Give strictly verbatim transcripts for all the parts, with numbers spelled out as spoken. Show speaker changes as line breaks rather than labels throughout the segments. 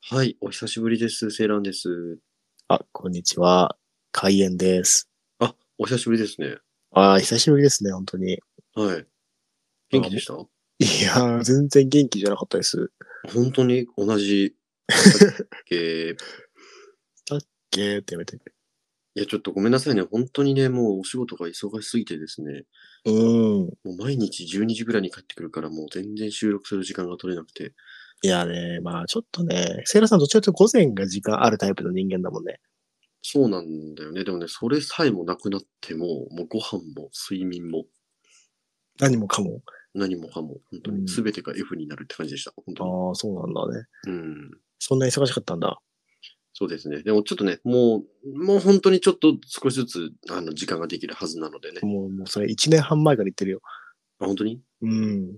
はい、お久しぶりです。セイランです。
あ、こんにちは。開演です。
あ、お久しぶりですね。
ああ、久しぶりですね、本当に。
はい。元
あも
気でした？
いやー、全然元気じゃなかったです。
本当に同じでしたっけ？
だっけーってやめて。
いや、ちょっとごめんなさいね。本当にね、もうお仕事が忙しすぎてですね。
うーん。
もう毎日じゅうにじぐらいに帰ってくるから、もう全然収録する時間が取れなくて。
いやね、まあちょっとね、セイラさんどっちかというと午前が時間あるタイプの人間だもんね。
そうなんだよね。でもね、それさえもなくなっても、もうご飯も睡眠も
何もかも。
何もかも、本当に
うん。
全てが F になるって感じでした。本当に。
ああ、そうなんだね。
うん。
そんな忙しかったんだ。
そうですね。でもちょっとね、もう、もう本当にちょっと少しずつ、あの、時間ができるはずなのでね。
もう、もうそれ一年半前から言ってるよ。
あ、本当に
うん。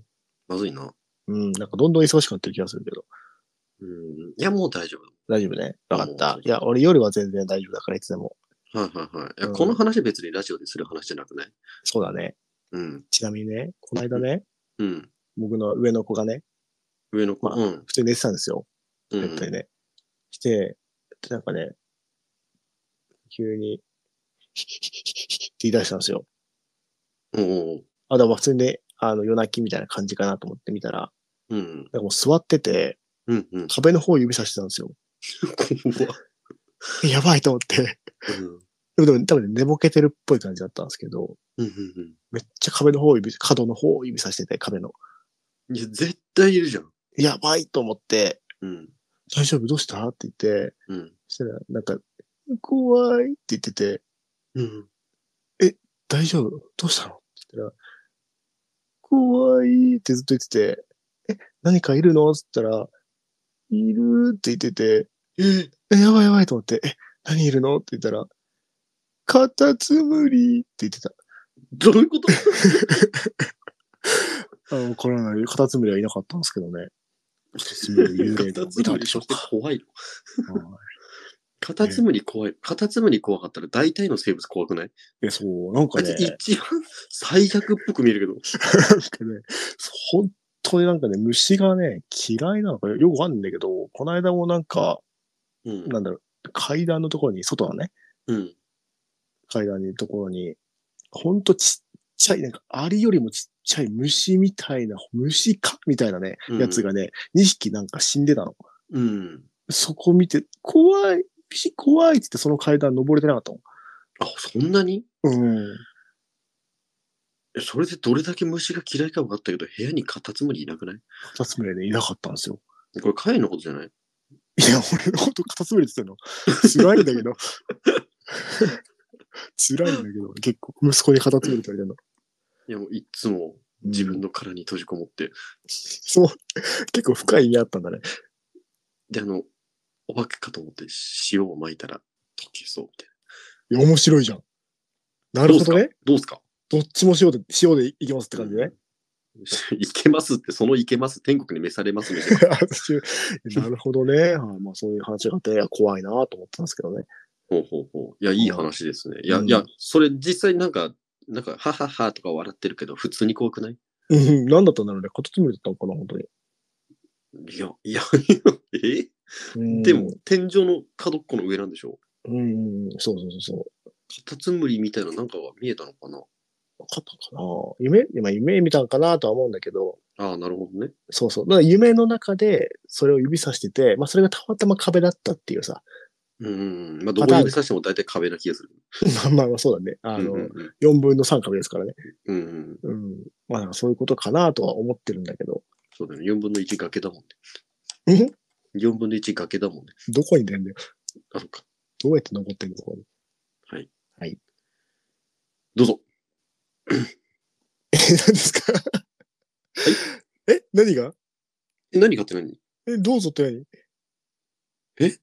まずいな。
うん。なんかどんどん忙しくなってる気がするけど。
うん。いや、もう大丈夫。
大丈夫ね。わかった。
もう大丈
いや、俺夜は全然大丈夫だからいつでも。
夫。はいはいはい。いや、この
うん。
話別にラジオでする話じゃなくない？
そうだね。
うん。
ちなみにね、この間ね、
うん。
僕の上の子がね、
上の子、
まあ、
うん。
普通に寝てたんですよ。
うん。
ベッドでね。して、でなんかね、急に、ヒヒヒヒヒって言い出したんですよ。
うん。
あ、だから普通にね、あの、夜泣きみたいな感じかなと思って見たら、
うん。
なんかもう座ってて、
うん。うん。
壁の方を指さしてたんですよ。
怖っ。
やばいと思って。
うん。
でも、でも多分ね、寝ぼけてるっぽい感じだったんですけど、
うん。うん。
めっちゃ壁の方を指、角の方を指さしてて、壁の。
いや、絶対いるじゃん。
やばいと思って、
うん。
大丈夫どうしたって言って、
うん。
そしたら、なんか、怖いって言ってて、
うん。
え、大丈夫どうしたのって言ったら、怖いってずっと言ってて、え、何かいるのって言ったら、いるって言ってて、え、えやばいやばいと思って、え、何いるのって言ったら、カタツムリって言ってた。
どういうこと？
あ、わからない。カタツムリはいなかったんですけどね。カタツムリ幽
カ
霊でも見た
タツムリ、そして
でしょうか。
怖いの。
は
カタ
い。ね
ツムリ怖い。カタツムリ怖かったら大体の生物怖くない？
え、そう、なん
あいつ
かね、
一番最悪っぽく見えるけど。
なんかね、本当になんかね、虫がね、嫌いなのかよくわかんないんだけど、この間もなんか、
うん。
なんだろう、階段のところに、外のね、
うん。
階段のところに、ほんとちっちゃい、なんかアリよりもちっちゃい虫みたいな、虫かみたいなね、
うん。
やつがね、にひきなんか死んでたの。
うん。
そこ見て、怖い、虫怖いって言ってその階段登れてなかったの。
あ、そんなに？
うん。
え、それでどれだけ虫が嫌いか分かったけど、部屋にカタツムリいなくない？
カタツムリね、いなかったんですよ。
これ貝のことじゃない？
いや、俺のことカタツムリって言ってたの。辛いんだけど、辛いんだけど、結構、息子にカタツムリって言われて
いや、もういっつも
るの。うん。
自分の殻に閉じこもって、
そう、結構深い意味あったんだね。
で、あの、お化けかと思って塩を撒いたら溶けそうみたい
いや、面白いじゃん。な
な。どうすか？
るほどね。
どうすか？
どっちも塩で、塩でいきますって
うん。
感じね。
いけますって、そのいけます、天国に召されますのいけます。
私、なるほどね。はい、まあそういう話があって、いや怖いなと思ってたんですけどね。
ほうほうほう。いや、いい
う
話ですね。いや、いや、
ん。
それ実際なんか、なんか、はははとか笑ってるけど、普通に怖くない？
うん。何だったんだろうね。カタツムリだったのかな、本当に。
いや、いや、いやえ
う
でも、
ん。
天井の角っこの上なんでしょ？
うん。そうそうそうそう。
カタツムリみたいななんかが見えたのかな？
分かったかな。夢今夢見たんかなとは思うんだけど、
ああ、なるほどね。
そうそう。だから夢の中でそれを指さしてて、まあそれがたまたま壁だったっていうさ、
うんうんうん。まあ、どこ
パターンが。
指さしても大体壁な気がする。
まあまあまあそうだね。あ
うんうん
の、
うん。
よんぶんのさん壁ですからね。
うんうん。
うん。まあなんかそういうことかなとは思ってるんだけど。
そうだね。よんぶんのいち崖だもんね。
ん
よんぶんのいち崖だもんね。
どこに出んだよ。
あのか。
どうやって登ってんのここに。
はい。
はい。
どうぞ。
え、何ですか？
はい。
え、何が？
え、何かって何？
え、どうぞって何？
え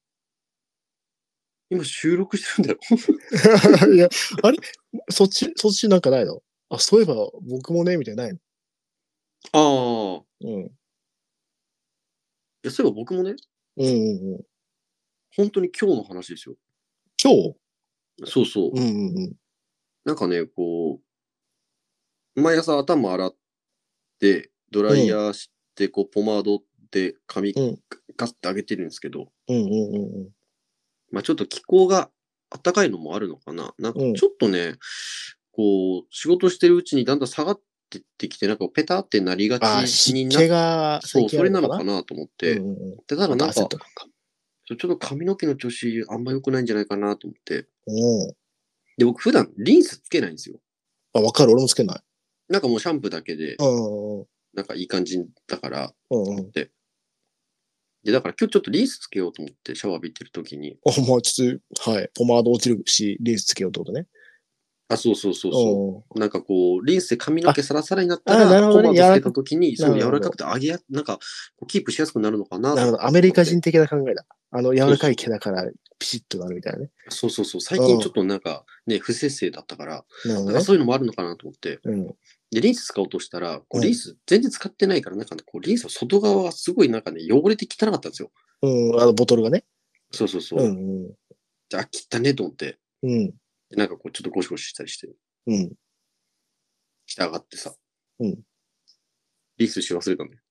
今収録してるんだよ。
いや、あれそっち、そっちなんかないの？あ、そういえば僕もね、みたいなないの？
ああ。
うん。
いや、そういえば僕もね、
うんうんうん。
本当に今日の話ですよ。
今日？
そうそう。
うんうんうん。
なんかね、こう、毎朝頭洗って、ドライ
うん。
ヤーして、こう、ポマードで髪
うん。
ガッて上げてるんですけど、
うんうんうん
まあちょっと気候が暖かいのもあるのかな。なんか
うん。
ちょっとね、こう、仕事してるうちにだんだん下がってってきて、なんかペタってなりが
ああ、
ち
湿
になっ
気が
そう、
最近
それな
あるのかな。
のかなと思っ
うん
て。
うんうん。
で、ただ
また
なんか、
焦ったのか。
ちょっと髪の毛の調子あんま良くないんじゃないかなと思って。
うん。
で、僕普段リンスつけないんですよ。
あ、わかる。俺もつけない。
なんかもうシャンプーだけで、
うんうん
なんかいい感じだから、
うんうん。
と思って。で、だから今日ちょっとリンスつけようと思ってシャワー浴びてる時に、
あ、まあ、ちょっと、はい。ポマード落ちるし、リンスつけようってことね。
あ、そうそうそう
うん。
そう。なんかこう、リンスで髪の
あ、
毛サラサラになった
あ、な
ら、
るほどね。
ポマードつけ
柔らかく、
た時に、そう、
なるほど。
柔らかくて上げや、なんか、こうキープしやすくなるのかなと
なるほど。アメリ
思って。
カ人的な考えだ。あの、柔
そうそう。
らかい毛だからピシッとなるみたいなね。
そうそうそう。最近ちょっ
うん。
となんかね、不摂生だったから、
なるほどね。
なんかそういうのもあるのかなと思って。
うん。
で、リンス使おうとしたら、こうリン
うん。
ス全然使ってないから、なんかね、こうリンスの外側がすごいなんかね、汚れて汚かったんですよ。
うん。あの、ボトルがね。
そうそうそう。
うんうん。
じゃあ、汚ねと思って。
うん。
でなんかこう、ちょっとゴシゴシしたりして、
うん。
して上がってさ、
うん。
リンスし忘れたんだよ。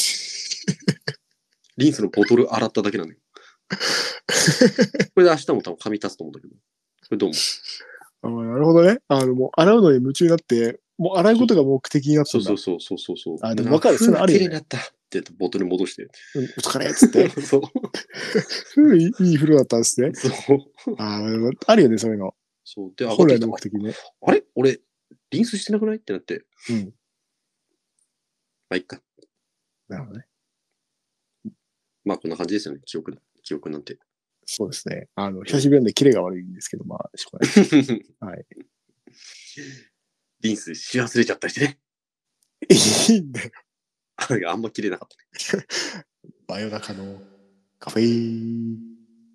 リンスのボトル洗っただけなんだよ。これで明日も多分髪立つと思うんだけど。これどう思
あ、なるほどね。あの、もう洗うのに夢中になって、もう洗うことが目的になったんだ。
そうそうそうそうそうそう。
あ、でも
なんか
わかる。そういうのあるよね。
ふう綺麗になったって言ってボトルに戻して。
うん、お疲れっつって。
そう。
ふういいいい風呂だったんですね。
そう。
あー、あるよね、そういうの。
そう。で、上がっ
本来
てきた。
の目的ね。
あれ俺、リンスしてなくないってなって。
うん。
まあ、いっか。
なるほどね。
まあ、こんな感じですよね。記憶、記憶なんて。
そうですね。あの、久しぶりなんでキレが悪いんですけど、まあ、しょうがない。はい。
リンスし忘れちゃったりしてね。
いいんだよ。
ああんま綺麗なかったね。
真夜中のカフェイン。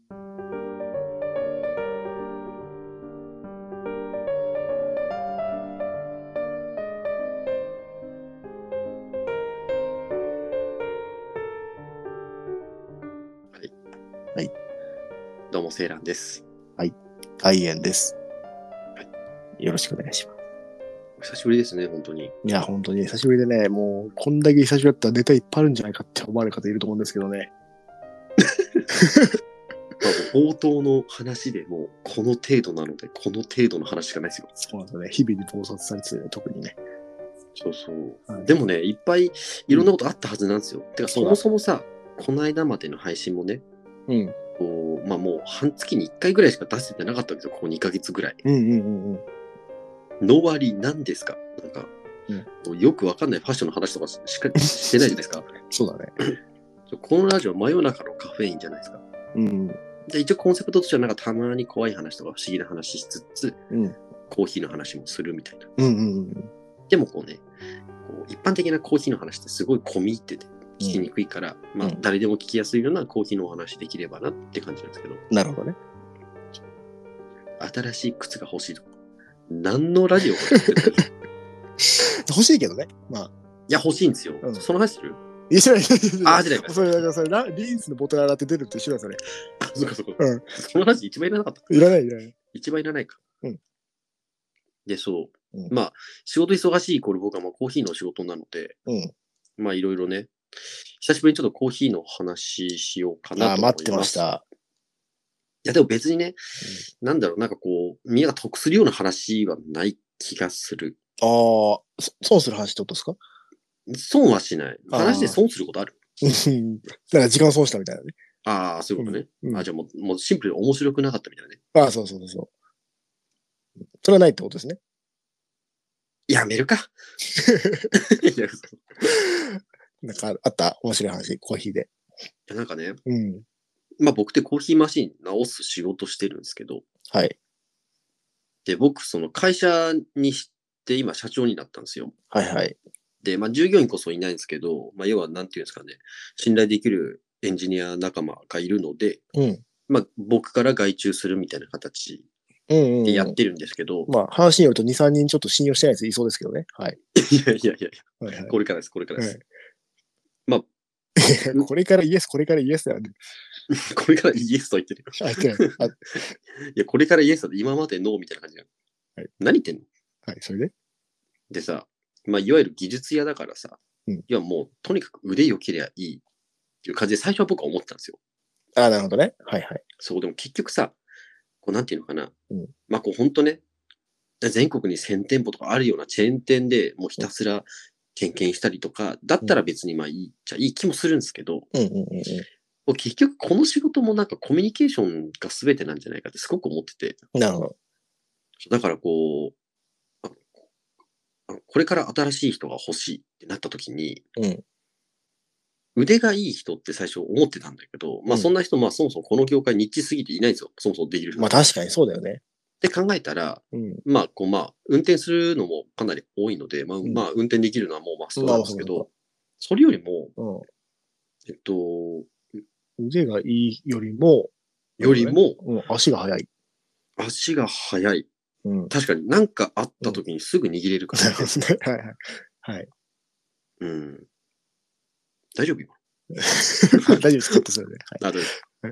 はい。
はい。
どうも、セーランです。
開演です。
はい
よろしくお願いします。
お久しぶりですね、本当に。
いや、本当に久しぶりでね、もう、こんだけ久しぶりだったらネタいっぱいあるんじゃないかって思われる方いると思うんですけどね。
まあ、冒頭の話でもう、この程度なので、この程度の話しかないですよ。
そうなんですよね。日々に暴殺されてて、ね、特にね。
そうそう。
はい
でもね、いっぱいいろんなことあったはずなんですよ。てか、そも
そうだ
そもさ、この間までの配信もね、
うん。
こう、まあもう半月にいっかいぐらいしか出せてなかったわけですよ、ここにかげつぐらい。
うんうんうんうん。
の割なんですかなんか、
うん
よくわかんないファッションの話とかしっかりしてないじゃないですか。
そうだね。
このラジオは真夜中のカフェインじゃないですか。
うん。
で一応コンセプトとしてはなんかたまに怖い話とか不思議な話しつつ、
うん。
コーヒーの話もするみたいな。
うんうんうん。
でもこうね、こう一般的なコーヒーの話ってすごい込み入ってて聞きにくいから、まあ
うん
誰でも聞きやすいようなコーヒーのお話できればなって感じなんですけど、
なるほどね。
新しい靴が欲しいとか、何のラジオがやってるの
欲しいけどね。まあ。
いや、欲しいんですよ。
うん
その話する
いや、知らない。知らない
あ、じゃないか。
それ、だからそれ、ラリンスのボトル洗って出るって一緒だよ、それ。
あ、そっかそっか。
うん。
その話一番いらなかった。
いらない、いらない。
一番いらないか。
うん。
で、そう。
うん
まあ、仕事忙しい頃僕はまあコーヒーの仕事なので、
うん。
まあいろいろね、久しぶりにちょっとコーヒーの話しようかな
ああ、
と思います。
待ってまし。た。
いや、でも別にね、なんだろう、なんかこう、みんなが得するような話はない気がする。
ああ、そ損する話ってことですか？
損はしない。
あー
話で損することある。
うんだから時間損したみたいなね。
ああ、そういうことね。
うんうん
あじゃあもうもうシンプルに面白くなかったみたいなね。
ああ、そうそうそうそう。それはないってことですね。
やめるか。いや、嘘い
なんかあった面白い話、コーヒーで。
やなんかね、
うん。
まあ僕ってコーヒーマシン直す仕事してるんですけど、
はい。
で、僕、その会社にして今社長になったんですよ。
はいはい。
で、まあ従業員こそいないんですけど、まあ要はなんていうんですかね、信頼できるエンジニア仲間がいるので、
うん。
まあ僕から外注するみたいな形
うんうん、
でやってるんですけど、
まあ、話によるとに、さんにんちょっと信用してないやついそうですけどね。はい。
いやいやいやい
はいはい
や、これからです、これからです。
はい
まあ、
これからイエス、これからイエスだよね。
これからイエスと言ってるよ。
あ、言ってない。あ、
いや、これからイエスだって今までノーみたいな感じじゃん。
はい
何言ってんの
はい、それで
でさ、まあ、いわゆる技術屋だからさ、
うん
いやもう、とにかく腕良ければいい。 っていう感じで最初は僕は思ってたんですよ。
ああ、なるほどね。はいはい。
そう、でも結局さ、こうなんていうのかな。
うん
まあこう本当ね、全国にせん店舗とかあるようなチェーン店でもうひたすら点検したりとか、だったら別にまあいいっちゃいい気もするんですけど、
うんうんうんうん。
もう結局この仕事もなんかコミュニケーションが全てなんじゃないかってすごく思ってて、
なるほど。
だからこう、ああのこれから新しい人が欲しいってなった時に、
うん。
腕がいい人って最初思ってたんだけど、まあ
うん
そんな人、まあそもそもこの業界ニッチすぎていないんですよ。そもそもできる人が。
まあ確かにそうだよね。
って考えたら、
うん。
まあこうまあ運転するのもかなり多いので、まあ、
ん
まあ運転できるのはもうマスト
まあ
なんですけど
そうそう、
それよりも、
う
えっと、
ん。腕がいいよりも、
よりも
うん、足が速い。
足が速い。
うん。
確かに何かあった時にすぐ握れるから、
なるほどね。はいはい。はい。
うん。大丈夫今。
大丈夫です。ちょっとそれで。はい。
あ、大丈夫。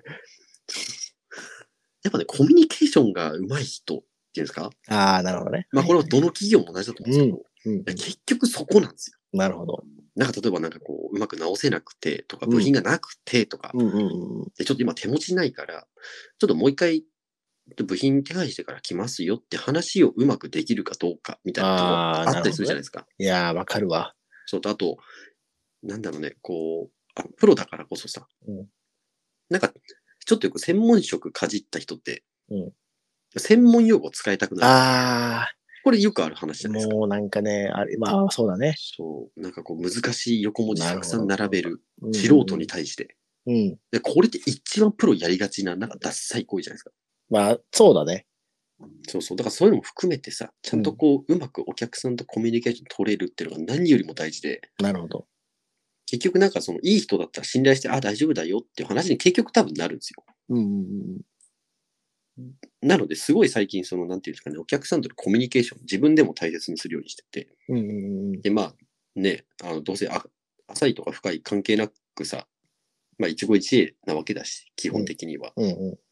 やっぱね、コミュニケーションが上手い人っていうんですか？
ああ、なるほどね。
まあこれはどの企業も同じだと思うんですけど、
うん。うん。
結局そこなんですよ。
なるほど。
なんか例えばなんかこう、うまく直せなくてとか、
うん
部品がなくてとか、
うんうんうん。
でちょっと今手持ちないから、ちょっともう一回部品手配してから来ますよって話をうまくできるかどうかみたいなとこ
ああ、
あったりす
なるほどね。
るじゃないですか。
いやー、わかるわ。
そうと、あと、なんだろうね、こう、あプロだからこそさ、
うん
なんか、ちょっとよく専門職かじった人って、
うん
専門用語を使いたくなる。
あ
これよくある話じ
あ、
ゃないですか。
もうなんかね、あれ、まあ、そうだね。
そう、なんかこう難しい横文字たくさん
なるほど
並べる
うん
素人に対して。
うん。
で、これって一番プロやりがちな、なんかダッサい行為じゃないですか。
まあ、そうだね。
そうそう。だからそういうのも含めてさ、ちゃんとこう、うまくお客さんとコミュニケーション取れるっていうのが何よりも大事で、
なるほど。
結局なんかそのいい人だったら信頼して、あ、大丈夫だよっていう話に結局多分なるんですよ。
うんうんうん。
なので、すごい最近その、なんていうんですかね、お客さんとのコミュニケーション、自分でも大切にするようにしてて、
うんうんうん。
で、まあ、ね、あの、どうせあ浅いとか深い関係なくさ、まあ、一期一会なわけだし、基本的には。
うんうん。
だ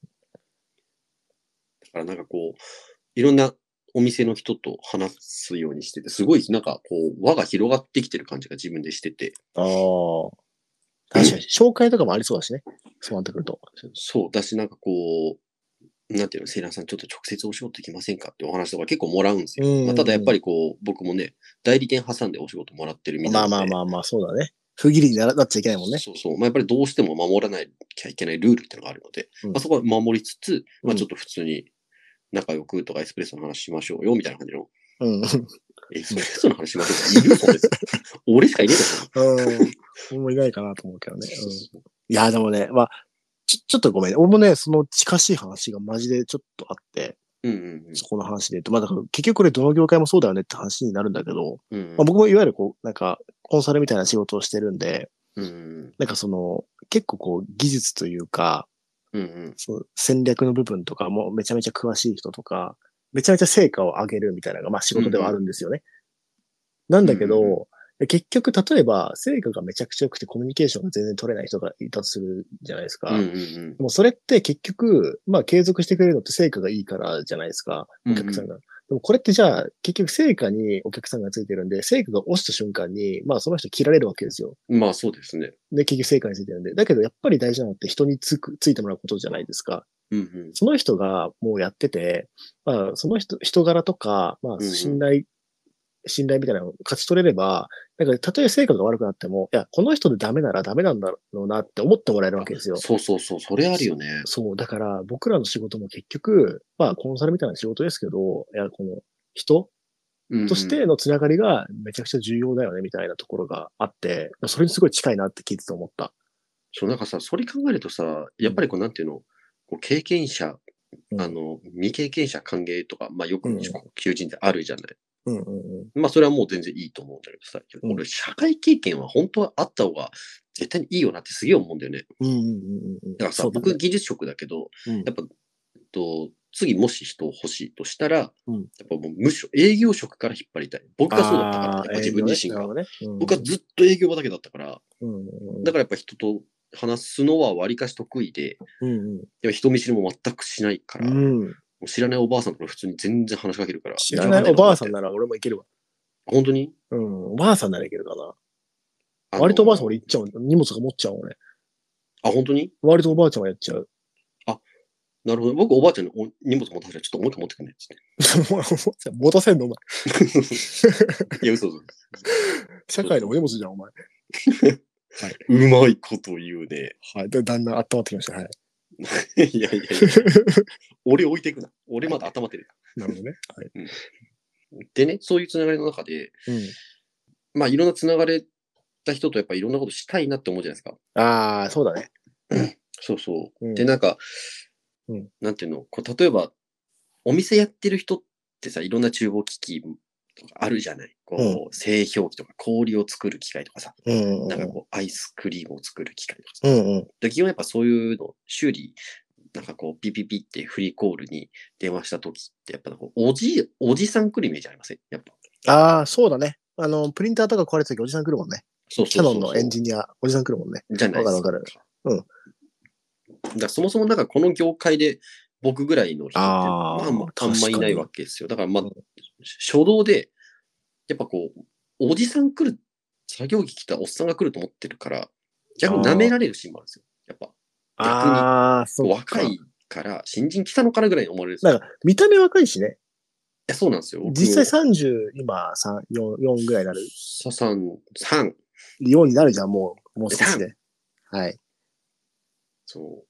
からなんかこう、いろんなお店の人と話すようにしてて、すごいなんかこう、輪が広がってきてる感じが自分でしてて、
ああ。確かに、紹介とかもありそうだしね。そうなってくると。
そうだし、なんかこう、なんていうの、セイランさんちょっと直接お仕事できませんかってお話とか結構もらうんですよ。
うんうんうん
まあ、ただやっぱりこう、僕もね、代理店挟んでお仕事もらってる身
まあ
なので、
まあまあまあ、そうだね。不義理にならなっちゃいけないもんね。
そうそう。まあ、やっぱりどうしても守らなきゃいけないルールっていうのがあるので、
うん
まあ、そこは守りつつ、まあ、
うん
ちょっと普通に仲良くとかエスプレッソの話しましょうよ、みたいな感じの。
うん。
エスプレッソの話しましょうっているそうです。俺しかいねえだろ。
うん。俺もいないかなと思うけどね。
そうそう
うん、いや、でもね、まあ、ちょ、ちょっとごめんね。俺もね、その近しい話がマジでちょっとあって、
うんうんうん
そこの話で言うと、まあだから結局これどの業界もそうだよねって話になるんだけど、
うん
まあ、僕もいわゆるこう、なんか、コンサルみたいな仕事をしてるんで、
うんうん
なんかその、結構こう、技術というか、
うんうん
その戦略の部分とかもめちゃめちゃ詳しい人とか、めちゃめちゃ成果を上げるみたいなのが、まあ仕事ではあるんですよね。なんだけど、
うんうん
結局、例えば、成果がめちゃくちゃ良くてコミュニケーションが全然取れない人がいたとするじゃないですか。
うんうん
でもそれって結局、まあ継続してくれるのって成果がいいからじゃないですか、
うんうん
お客さんが。でもこれってじゃあ、結局成果にお客さんがついてるんで、成果が落ちた瞬間に、まあその人切られるわけですよ。
うん。まあそうですね。
で、結局成果についてるんで。だけどやっぱり大事なのって人につく、ついてもらうことじゃないですか。
うんうん
その人がもうやってて、まあその人、人柄とか、まあ
うんうん
信頼、信頼みたいなのを勝ち取れれば、なんか、たとえ成果が悪くなっても、いや、この人でダメならダメなんだろうなって思ってもらえるわけですよ。
そうそうそう、それあるよね。
そう。だから、僕らの仕事も結局、まあ、コンサルみたいな仕事ですけど、いや、この人
うんうん
としてのつながりがめちゃくちゃ重要だよね、みたいなところがあって、それにすごい近いなって聞いてて思った。
そう、なんかさ、それ考えるとさ、やっぱりこう、なんていうの、こう経験者、
うん
あの、未経験者歓迎とか、まあよく
うん
求人ってあるじゃない。
うんうんうん。
まあそれはもう全然いいと思うんだけどさ、
うん
俺、社会経験は本当はあった方が絶対にいいよなってすげえ思うんだよね。
うんうんうんうん。
だからさ、
そうだね
僕技術職だけど、
うん
やっぱ、えっと、次もし人を欲しいとしたら、
うん
やっぱもうむしろ営業職から引っ張りたい。僕がそうだったから、やっぱ自分自身が。
ね。
僕はずっと営業場だけだったから、
うんうん
だからやっぱ人と話すのは割かし得意で、
うん
でも人見知りも全くしないから、
うん。
も
うん。
う知らないおばあさんから普通に全然話しかけるから。
知らないおばあさん
な
なら俺もいけるわ。
本当に
うん。おばあさんならいけるかな。
あの
割とおばあさん俺行っちゃう。荷物が持っちゃう俺。
あ、本当に？
割とおばあちゃんがやっちゃう。
なるほど。僕、おばあちゃんにお荷物持たせたら、ちょっともう一回持ってくんねっつって。
持たせんのお前。
いや、嘘嘘。
社会のお荷物じゃん、お前。
うまいこと言うね。
はい。で、だんだん温まってきました。はい。
いやいやいや。俺置いていくな。俺まだ頭ってる。
なるほどね。はい。
でね、そういうつながりの中で、
うん、
まあ、いろんなつながれた人とやっぱいろんなことしたいなって思うじゃないですか。
ああ、そうだね。
そうそう。
うん、
で、なんか、
うん、
なんていうの、こう例えば、お店やってる人ってさ、いろんな厨房機器とかあるじゃない。こう、うん、製氷機とか氷を作る機械とかさ、うんうんうん、なんかこう、アイスクリームを作る機械とかさ。うんうん、で基本やっぱそういうの、修理、なんかこう、ピピピってフリーコールに電話した時って、やっぱこうおじ、おじさん来るイメージありません？やっぱ。
ああ、そうだね。あの、プリンターとか壊れた時おじさん来るもんね。そうそうそうそう。キャノンのエンジニア、おじさん来るもんね。
じゃないですか。
わかるわかる。うん。
だからそもそもなんかこの業界で僕ぐらいの人って、あまあ、まあ、あんまいないわけですよ。だからまあ、うん、初動で、やっぱこう、おじさん来る、作業着着たおっさんが来ると思ってるから、逆に舐められるシーンもあるんですよ。やっぱ。逆に。あそう若いから、新人来たのかなぐらいに思われるんですよ。
なんか、見た目若いしね。
いや、そうなんですよ。
実際さんじゅう、今、さん、よん、よんぐらいになる。
さん、さん。
よんになるじゃん、もう、もう少しで。はい。
そう。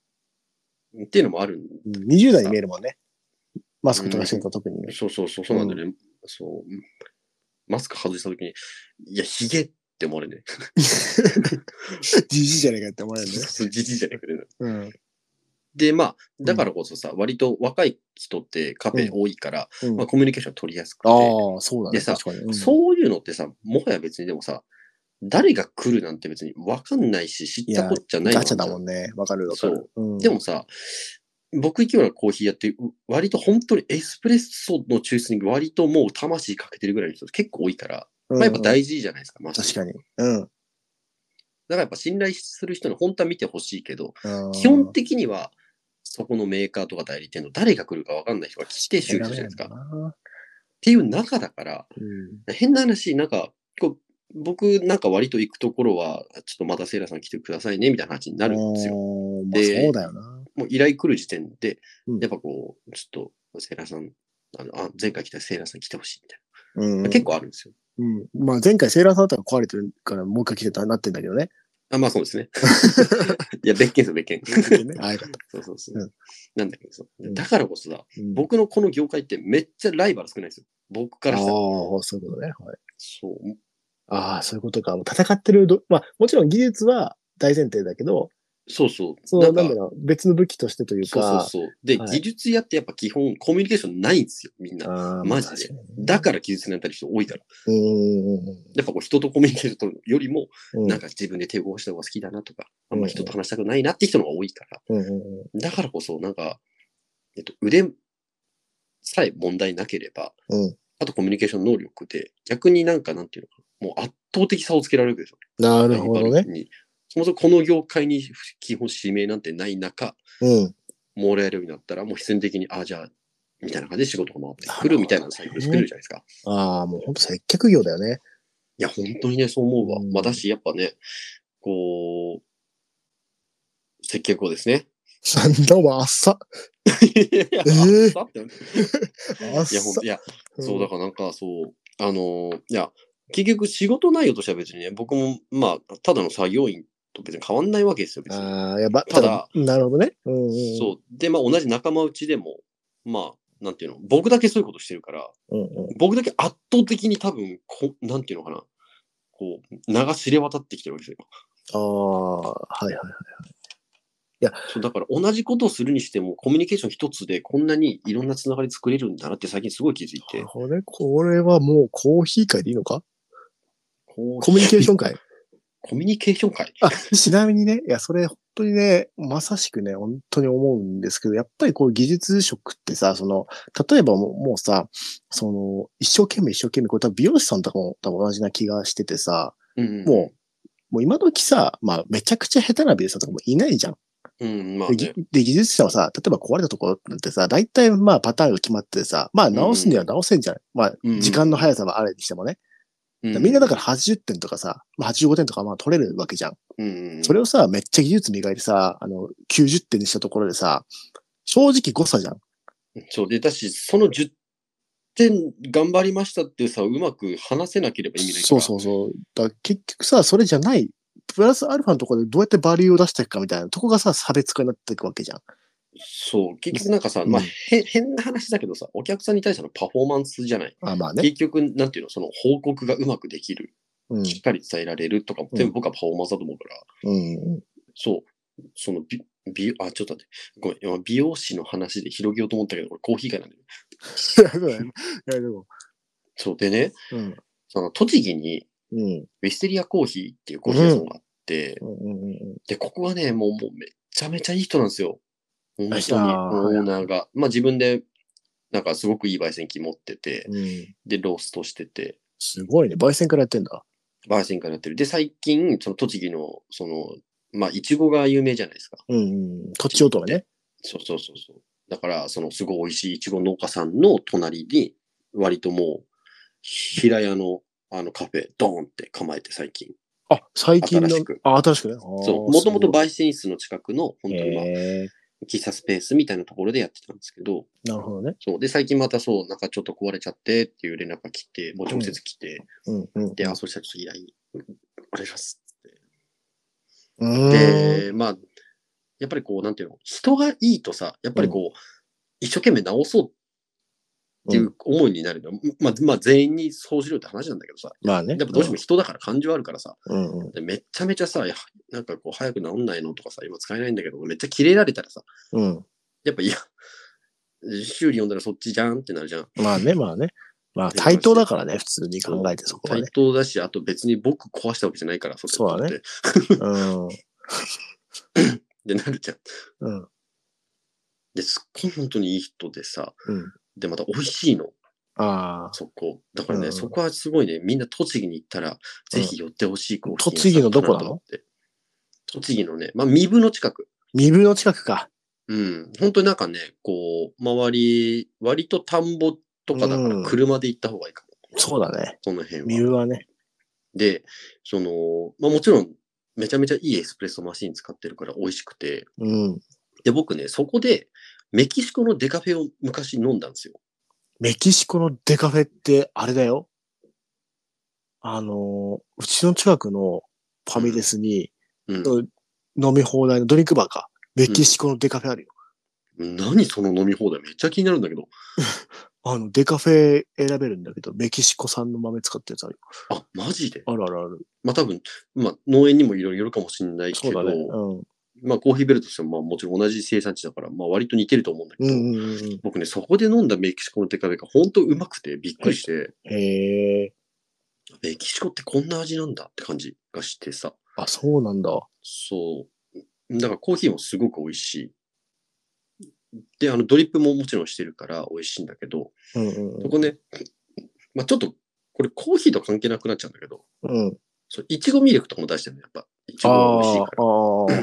っていうのもあるん
にじゅう代に見えるもんね。マスクとかしてると特に、ね
うん。そうそうそう、そうなんだよね。うん、そう。マスク外したときに、いや、ヒゲって思われるね。
じじいじゃねえかって思われるね。
そう、じじいじゃねえかね。
うん。
で、まあ、だからこそさ、うん、割と若い人ってカフェ多いから、うん、まあ、コミュニケーション取りやすくて。
ああ、そうだね。
でさ、
うん、
そういうのってさ、もはや別にでもさ、誰が来るなんて別に分かんないし、知ったこっちゃない
ガチャだもんね。わかるわかる。
そう、うん。でもさ、僕行くようなコーヒーやって、割と本当にエスプレッソの抽出に割ともう魂かけてるぐらいの人結構多いから、うんうん、まあやっぱ大事じゃないですか、まあ、
確かに。うん。
だからやっぱ信頼する人に本当は見てほしいけど、基本的にはそこのメーカーとか代理店の誰が来るか分かんない人が来て修理するじゃないですか。っていう中だから、うん、変な話、なんか、こう僕なんか割と行くところは、ちょっとまたセイラさん来てくださいねみたいな話になるんですよ。
で、まあ、そうだよな。
もう依頼来る時点で、やっぱこう、ちょっとセイラさん、あのあ前回来たセイラさん来てほしいみたいな、うん。結構あるんですよ。
うん。まあ前回セイラさんだったら壊れてるからもう一回来てたらなってんだけどね。
あ、まあそうですね。いや、別件ですよ、別件。別件ね。あ、よかった。そうそうそう。うん、なんだけどさ、だからこそさ、うん、僕のこの業界ってめっちゃライバル少ないですよ。僕からしたら。あ
あ、そういうことね。はい。
そう。
ああ、そういうことか。戦ってるど、まあ、もちろん技術は大前提だけど、
そうそう。
そう、なんだろう、別の武器としてというか。
そうそうそう。で、はい、技術屋ってやっぱ基本コミュニケーションないんですよ、みんな。マジで。だから技術になったり人多いから。うんやっぱこう人とコミュニケーション取るよりも、うん、なんか自分で手を動かした方が好きだなとか、あんま人と話したくないなって人の方が多いから。うんだからこそ、なんか、えっと、腕さえ問題なければ、うん、あとコミュニケーション能力で、逆になんかなんていうのかな、もう圧倒的差をつけられるわけですよ。
なるほどね。
そもそもこの業界に基本指名なんてない中、うん、もらえるようになったら、もう必然的に、ああ、じゃあ、みたいな感じで仕事が回ってくるみたいなサイクル作れるじゃないですか。
ああ、もう本当接客業だよね。
いや、本当にね、そう思うわ。うん、まあ、だし、やっぱね、こう、接客をですね。
なんだお前、あっさ。
いやいや、あっさって。あっさ。いや、ほんと、いや、そう、だからなんか、そう、あのー、いや、結局仕事内容としては別にね、僕も、まあ、ただの作業員と別に変わんないわけですよ、別に。
ああ、やば、ただ、なるほどね。うんうん、
そう。で、まあ、同じ仲間内でも、まあ、なんていうの、僕だけそういうことしてるから、うんうん、僕だけ圧倒的に多分こ、なんていうのかな、こう、名が知れ渡ってきてるわけですよ。
ああ、はいはいはい。
いや、そう、だから同じことをするにしても、コミュニケーション一つでこんなにいろんなつながり作れるんだなって最近すごい気づいて。
これ、これはもうコーヒー会でいいのか？コミュニケーション会
コミュニケーション会
あ、ちなみにね、いや、それ本当にね、まさしくね、本当に思うんですけど、やっぱりこう技術職ってさ、その、例えばもうもうさ、その、一生懸命一生懸命、これ多分美容師さんとかも多分同じな気がしててさ、うんうん、もう、もう今時さ、まあめちゃくちゃ下手な美容師さんとかもいないじゃん。うん、まあね、で、で技術者はさ、例えば壊れたところなんてさ、大体まあパターンが決まっててさ、まあ直すには直せんじゃん。うん、まあ時間の速さはあれにしてもね。 うん、みんなだからはちじゅってんとかさ、まあ、はちじゅうごてんとかまあ取れるわけじゃん。うん、それをさ、めっちゃ技術磨いてさ、あの、きゅうじゅってんにしたところでさ、正直誤差じゃん。
そうで、だし、そのじゅってん頑張りましたってさ、うまく話せなければ意味ないから。
そうそうそう。だ結局さ、それじゃない、プラスアルファのところでどうやってバリューを出していくかみたいなとこがさ、差別化になっていくわけじゃん。
そう。結局なんかさ、うん、まあ、へ、変な話だけどさ、お客さんに対してのパフォーマンスじゃない。
あ、まあね。
結局、なんていうの、その報告がうまくできる。うん、しっかり伝えられるとかも、全部僕はパフォーマンスだと思うから。うん。そう。その美、美、あ、ちょっと待って。ごめん、今美容師の話で広げようと思ったけど、これコーヒー会なんだよ。いや、でも。そう。でね、うん、その栃木に、うん、ウィステリアコーヒーっていうコーヒー屋さんがあって、うん、で、ここはね、もう、もうめちゃめちゃいい人なんですよ。本当に、このオーナーが。まあ自分で、なんかすごくいい焙煎機持ってて、うん、で、ローストしてて。
すごいね。焙煎からやってんだ。
焙煎からやってる。で、最近、その栃木の、その、まあ、いちごが有名じゃないですか。
うん、うん。とちおとめね。
そうそうそうそう。だから、そのすごい美味しいいちご農家さんの隣に、割ともう、平屋の、あのカフェ、ドーンって構えて最近。
あ、最近の。
新しく。
あ、新しくね。
そう。もともと焙煎室の近くの、本当にまあ、喫茶スペースみたいなところでやってたんですけど。
なるほどね。
そう。で、最近またそう、なんかちょっと壊れちゃってっていう連絡が来て、もう直接来て、うんうんうん、で、あ、そしたらちょっと依頼、お願いしますって。で、まあ、やっぱりこう、なんていうの、人がいいとさ、やっぱりこう、うん、一生懸命直そうっていう思いになるのは、うん、まあ、まあ、全員にそうしろって話なんだけどさ。
まあね。
やっぱどうしても人だから感情あるからさ。うんうん、でめちゃめちゃさ、なんかこう、早く治んないのとかさ、今使えないんだけど、めっちゃキレられたらさ、うん、やっぱいや、修理読んだらそっちじゃんってなるじゃん。
まあね、まあね。まあ対等だからね、普通に考えてそこは、ね。
対等だし、あと別に僕壊したわけじゃないから、それ
そうだね。うん。
で、なるじゃん。うん。で、すっごい本当にいい人でさ、うん、で、また美味しいの。ああ。そこ。だからね、うん、そこはすごいね、みんな栃木に行ったら、ぜひ寄ってほしいコーヒー屋さん、
栃木のどこなの？
栃木のね、まあ、三部の近く。
三部の近くか。
うん。本当になんかね、こう、周り、割と田んぼとかだから車で行った方がいいかも。
うん、そうだね。
その辺は。
三部はね。
で、その、まあもちろん、めちゃめちゃいいエスプレッソマシン使ってるから美味しくて。うん。で、僕ね、そこで、メキシコのデカフェを昔飲んだんですよ。
メキシコのデカフェって、あれだよ。あの、うちの近くのファミレスに、うんうん、飲み放題のドリンクバーか。メキシコのデカフェあるよ。
うん、何その飲み放題めっちゃ気になるんだけど。
あの、デカフェ選べるんだけど、メキシコ産の豆使ったやつあるよ。
あ、マジで？
あるあるある。
まあ多分、まあ農園にもいろいろよるかもしれないけど、そうだね。うん。まあコーヒーベルとしてもまあもちろん同じ生産地だから、まあ割と似てると思うんだけど、うんうんうん、僕ね、そこで飲んだメキシコのデカフェが本当うまくてびっくりして、へえ。メキシコってこんな味なんだって感じがしてさ。
あ、そうなんだ。
そう。だからコーヒーもすごく美味しい。で、あの、ドリップももちろんしてるから美味しいんだけど、うんうんうん、そこね、まあちょっと、これコーヒーと関係なくなっちゃうんだけど、うん。そう、いちごミルクとかも出してるの、やっぱ。いちごが美味しいから。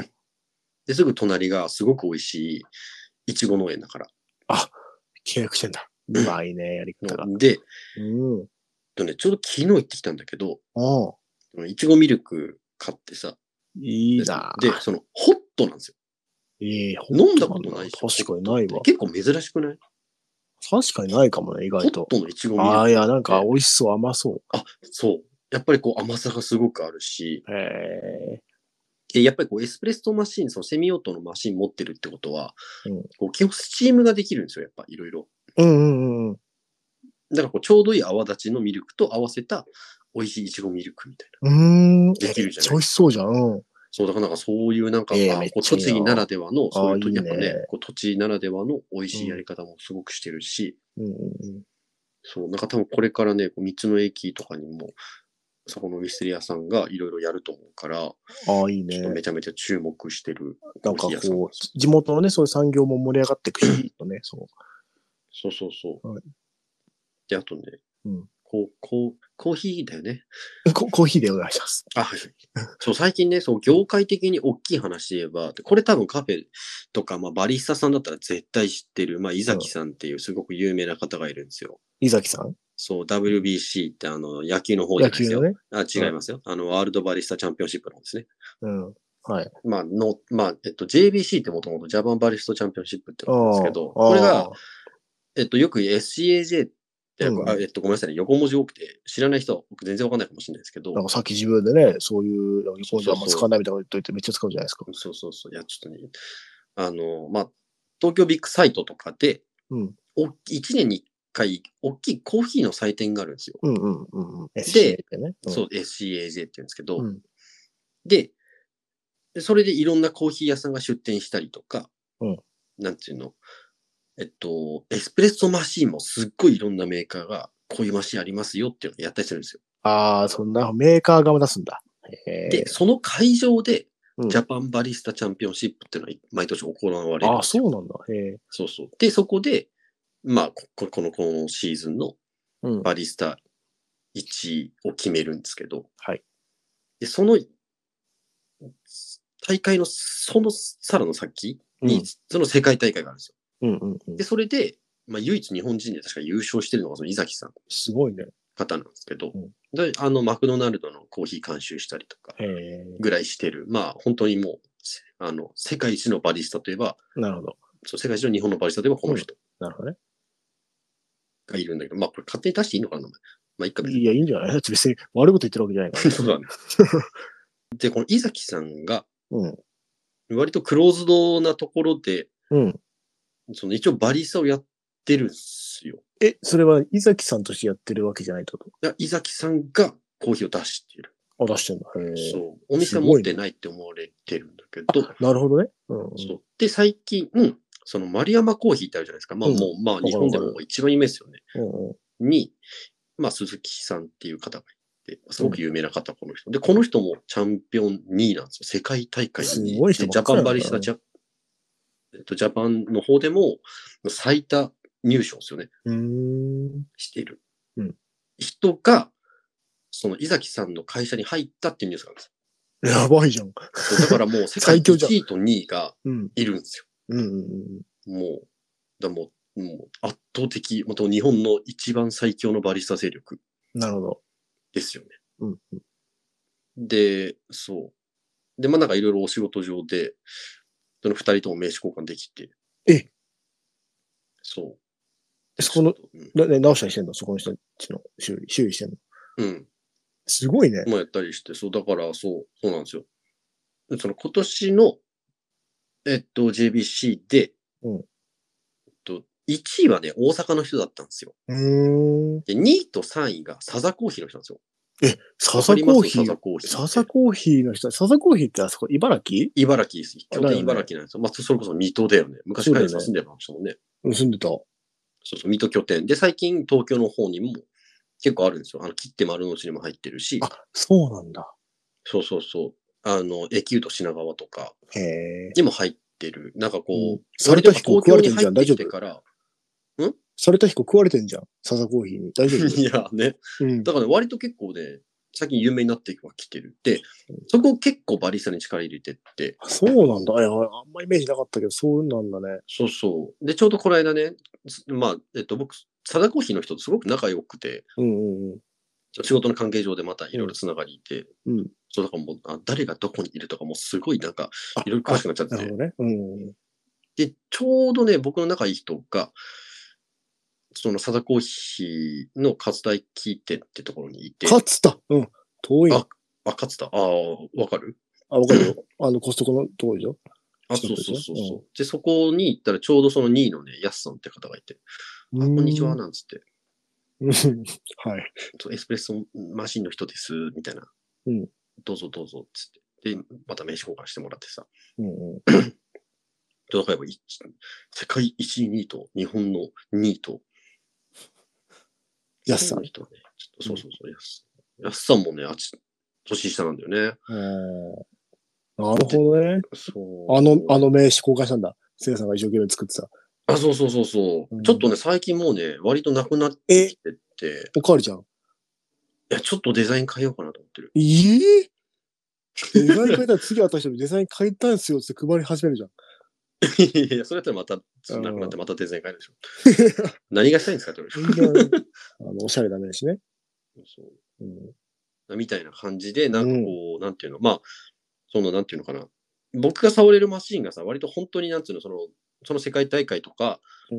で、すぐ隣がすごく美味しいいちご農園だから。
あ、契約してんだ。うまいね、やり方が。
で、うん。とね、ちょうど昨日行ってきたんだけど、いちごミルク買ってさ。
いいな
で、その、ホットなんですよ。
ええー、
飲んだことない
し確かにないわ。
結構珍しくない？
確かにないかもね、意外と。
ホットのいちごミルク。
ああ、いや、なんか美味しそう、甘そう。
あ、そう。やっぱりこう甘さがすごくあるし。へえ。で、やっぱりこうエスプレッソマシン、そのセミオートのマシン持ってるってことは、うん、こう基本スチームができるんですよ、やっぱいろいろ。うんうんうん。だからこうちょうどいい泡立ちのミルクと合わせた美味しいいちごミルクみたいな。うん。できるじゃない。
美味しそうじゃん。うん、
そう、だからなんかそういうなんか、えー、あこう栃木ならではの、そういうと、やっぱね、こう土地ならではの美味しいやり方もすごくしてるし、うんうんうん、そう、なんか多分これからね、こう道の駅とかにも、そこのウィステリアさんがいろいろやると思うから、ああ、いいね。ちょっとめちゃめちゃ注目してる
コーヒー屋さん。なんかこう、地元のね、そういう産業も盛り上がっていくし、いいよね、そう。
そうそうそう。はい、で、あとね、うん、こう、こう、コーヒーだよね。
ココーヒーでお願いします。
あ、はい。そう、最近ね、そう、業界的に大きい話で言えば、これ多分カフェとか、まあ、バリスタさんだったら絶対知ってる、まあ、伊崎さんっていうすごく有名な方がいるんですよ。
伊崎さん？
そう、ダブリュービーシー ってあの、野球の方じゃないですよ。
野球
のね。あ、違いますよ。うん、あの、ワールドバリスタチャンピオンシップの方ですね。
うん。はい。
まあ、の、まあ、えっと、ジェービーシー ってもともとジャパンバリスタチャンピオンシップってのなんですけど、これが、えっと、よく エスシーエージェー って、うん、あえっと、ごめんなさいね、横文字多くて、知らない人は僕全然わかんないかもしれないですけど。
なんかさっき自分でね、そういう横文字あんま使わないみたいなこと言っといてめっちゃ使うじゃないですか。
そうそうそう。いや、ちょっとね、あの、まあ、東京ビッグサイトとかで、うん、おいちねんにいっかい、大きいコーヒーの祭典があるんですよ。
うんうんうんうん。
で、エスシーエーってね、うん、そう、エスシーエージェー って言うんですけど、うん、で、それでいろんなコーヒー屋さんが出店したりとか、うん、なんていうの、えっと、エスプレッソマシーンもすっごいいろんなメーカーが、こういうマシンありますよっていうのをやったりするんですよ。
ああ、そんなメーカー側も出すんだ。
で、その会場で、ジャパンバリスタチャンピオンシップっていうのは毎年行われるんですよ。
ああ、そうなんだ。へ
そうそう。で、そこで、まあ、ここの、このシーズンのバリスタいちいを決めるんですけど、うん、はい。で、その、大会のそのさらの先に、うん、その世界大会があるんですよ。うんうんうん、で、それで、まあ、唯一日本人で確か優勝してるのがその井崎さん。
すごいね。
方なんですけど、うん、で、あの、マクドナルドのコーヒー監修したりとか、ぐらいしてる。まあ、本当にもう、あの、世界一のバリスタといえば、
なるほど。
そう、世界一の日本のバリスタといえばこの人。
うん、なるほどね。
がいるんだけど、まあ、これ勝手に出していいのかな、まあ、いいか別
に。いや、いいんじゃない別に悪いこと言ってるわけじゃないから。
そうだね。で、この井崎さんが、うん、割とクローズドなところで、うん、その一応バリスタをやってるんですよ。
え、それは井崎さんとしてやってるわけじゃないってこと？
いや、井崎さんがコーヒーを出してる。
あ、出してんだ。
へそう。お店は持ってないって思われてるんだけど。
なるほどね。
うんうん、そう。で、最近、うん、その丸山コーヒーってあるじゃないですか。まあ、うん、もう、まあ、日本でも一番有名ですよね。うんうん、に、まあ、鈴木さんっていう方がいて、すごく有名な方、この人。で、この人もチャンピオンにいなんですよ。世界大会にい。すごい人ばっかり。ジャパンバリスタジャ、えっと、ジャパンの方でも最多入賞ですよね。うーんしている。うん、人が、その井崎さんの会社に入ったっていうニュースがあるんです
よ。やばいじゃん。
だからもう世界いちいとにいがいるんですよ。うんうんうん、もう、だもう、もう圧倒的、また日本の一番最強のバリスタ勢力。
なるほど。
ですよね。うんうん、で、そう。で、まあなんかいろいろお仕事上で、その二人とも名刺交換できて。
え
そう。
そこの、うん、直したりしてんのそこの人たちの修理、修理してんのうん。すごいね。
もやったりして、そう、だからそう、そうなんですよ。その今年の、えっと、ジェービーシー で、うん、えっと、いちいはね、大阪の人だったんですよ。で、にいとさんいがサザコーヒーの人なんですよ。
え、サザコーヒーサザコーヒー。サザコーヒーの人、サザコーヒーってあそこ、茨城
茨城です。拠点茨城なんですよ。まあ、それこそ水戸だよね。昔から住んでましたもんね。
住んでた。
そうそう、水戸拠点。で、最近東京の方にも結構あるんですよ。あの、切って丸の内にも入ってるし。
あ、そうなんだ。
そうそうそう。あの、エキュート品川とかにも入ってる。なんかこう、うん、
それと飛行食われてんじゃん、大丈夫
から。
んそれと飛行食われてんじゃん、サザコーヒーに。大丈夫
いやね、うん。だからね、割と結構ね、最近有名になってはきてる。で、そこ結構バリスタに力入れてって。
そうなんだ。いや、あんまイメージなかったけど、そうなんだね。
そうそう。で、ちょうどこの間ね、まあ、えっと、僕、サザコーヒーの人とすごく仲良くて、うんうんうん、仕事の関係上でまたいろいろつながりいて、うん、そうだからもうあ、誰がどこにいるとかもうすごいなんか、いろいろ詳しくなっちゃって。なるほどね。うん、で、ちょうどね、僕の仲いい人が、そのサザコーヒーの勝田駅店ってところにいて。
勝田うん。遠い。
あ、あ、勝田ああ、わかる
あ、わかるよ。あの、コストコのところでしょ
あ、そうそうそうそう、うん。で、そこに行ったらちょうどそのにいのね、ヤスさんって方がいて、あ、こんにちは、なんつって。はい。エスプレッソマシンの人です、みたいな。うん。どうぞどうぞ、つって。で、また名刺交換してもらってさ。うんうん。だからやっぱ世界いちい、にいと日本のにいと、
ヤスさん。
ね、ちょっとそうそうそう、ヤス。ヤスさんもね、あっち、年下なんだよね。
なるほどね。そう。あの、あの名刺交換したんだ。せいさんが一生懸命作ってた。
あ、そうそうそうそう、うん。ちょっとね、最近もうね、割となくなってきてて。
おかわりじゃん。い
や、ちょっとデザイン変えようかなと思ってる。
えー、デザイン変えたら次会った人にデザイン変えたんすよって配り始めるじゃん。
いや、それやったらまた、なくなってまたデザイン変えるでしょ。何がしたいんですかって言われる。
あのおしゃれダメだしね。
そう。
うん、
みたいな感じで、なんかこう、うん、なんていうの、まあ、その、なんていうのかな。僕が触れるマシーンがさ、割と本当になんていうの、その、その世界大会とか、うん、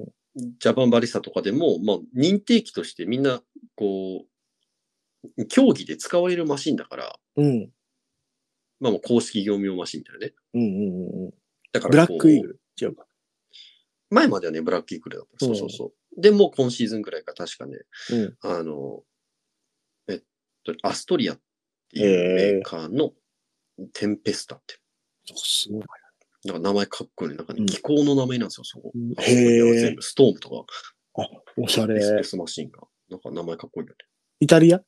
ジャパンバリスタとかでも、まあ、認定機としてみんな、こう、競技で使われるマシンだから、うん、まあもう公式業務用マシンみたいなね。うんうんうん。だからブラックイーグル違うか。前まではね、ブラックイーグルだった。そうそうそう。うん、で、もう今シーズンくらいか確かね、うん、あの、えっと、アストリアっていうメーカーのテンペスタって。えー、すごい。なんか名前かっこいいね。なんかね、気候の名前なんですよ、そこ。アストリアは全部、ストームとか。あ、おしゃれ。エスプレスマシンが。なんか名前かっこいいよね。イタリア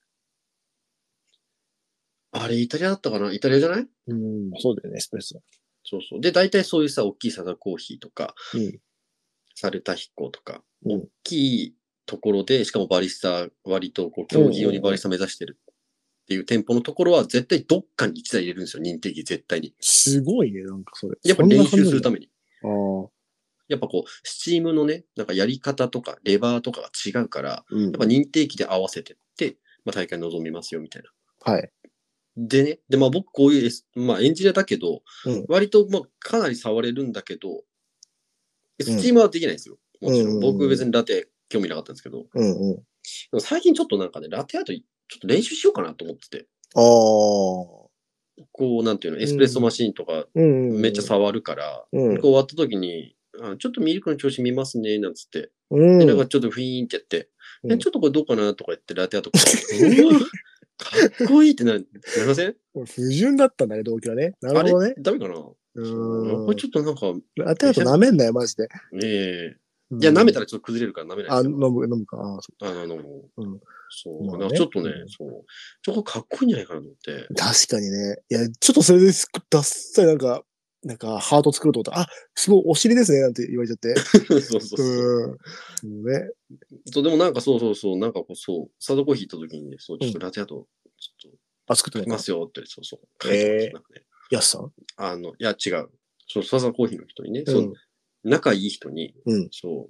あれ、イタリアだったかな？イタリアじゃない？うん、そうだよね、エスプレッソ。そうそう。で、大体そういうさ、大きいサザコーヒーとか、うん、サルタヒコとか、うん、大きいところで、しかもバリスタ、割とこう競技用にバリスタ目指してるっていう店舗のところは、絶対どっかに一台入れるんですよ、認定機絶対に。すごいね、なんかそれ。やっぱ練習するために。ああ。やっぱこう、スチームのね、なんかやり方とか、レバーとかが違うから、うん、やっぱ認定機で合わせてって、まあ大会臨みますよ、みたいな。はい。でね、で、まあ僕こういう、S、まあエンジニアだけど、うん、割とまあかなり触れるんだけど、スチームはできないんですよ。もちろん。僕別にラテ興味なかったんですけど。うんうん、でも最近ちょっとなんかね、ラテアートちょっと練習しようかなと思ってて。ああ。こう、なんていうの、エスプレッソマシーンとかめっちゃ触るから、うん、こう終わった時に、あちょっとミルクの調子見ますね、なんつって。うん、で、なんかちょっとフィーンってやって、うん、ちょっとこれどうかなとか言ってラテアートうわかっこいいってな、なりません？不純だったんだね、動機はね。なるほどね。ダメかな？うん。これちょっとなんか。ラテアート舐めんなよ、マジで。ねえ。いや、舐めたらちょっと崩れるから舐めないですけど。あ、飲む、飲むか。あ、そうあの、飲む。うん。そう。まあね、ちょっとね、うん、そう。ちょっとかっこいいんじゃないかなと思って。確かにね。いや、ちょっとそれで、ダッサい、なんか、なんか、ハート作ろうと思ったら、あ、すごいお尻ですね、なんて言われちゃって。そうそうそう。うん。ね。そう、でもなんかそうそうそう、なんかこう、そう、サードコーヒー行った時に、そう、ちょっとラテアート、ちょっと、あ、作って書きますよって、そうそう、書いてました、なんかね。やすさんあの、いや、違う。そう、サザコーヒーの人にね、そう、仲いい人に、そう、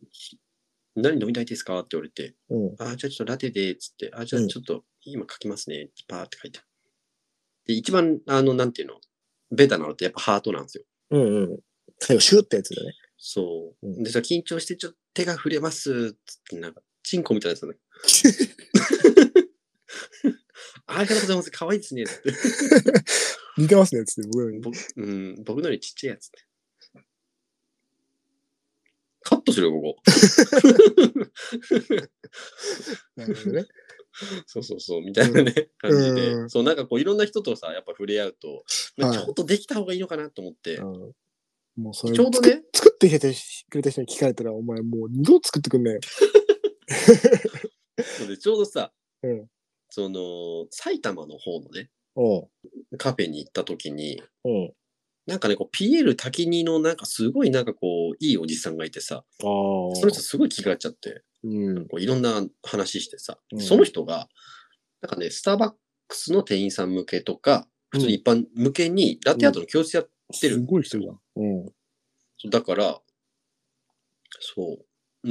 何飲みたいですかって言われて、あ、じゃあちょっとラテで、つって、あ、じゃあちょっと今書きますね、パーって書いて。で、一番、あの、なんていうの、ベタなのってやっぱハートなんですよ。うんうん。最後、シューってやつだね。そう。で、じゃ緊張して、ちょっと手が触れます、つって、なんか、チンコみたいなやつだね。ありがとうございます。可愛いですね。つって。似てますね。つって僕より。うん、僕のよりちっちゃいやつって。カットするよ、ここ。なるほどね。そうそうそう、みたいなね、うん、感じで、うん。そう、なんかこう、いろんな人とさ、やっぱ触れ合うと、ちょっとできた方がいいのかなと思って。はい、もうそれちょうどね。作ってくれた人に聞かれたら、お前もう二度作ってくんねよ。そうで、ちょうどさ、うん、その、埼玉の方のね、カフェに行った時に、なんかね、こう、ピエール滝荷のなんかすごいなんかこう、いいおじさんがいてさ、その人すごい気が合っちゃって、うん、こういろんな話してさ、うん、その人が、なんかね、スターバックスの店員さん向けとか、普通に一般向けにラテアートの教室やってる、うん。すごい人が。うん、だから、そう。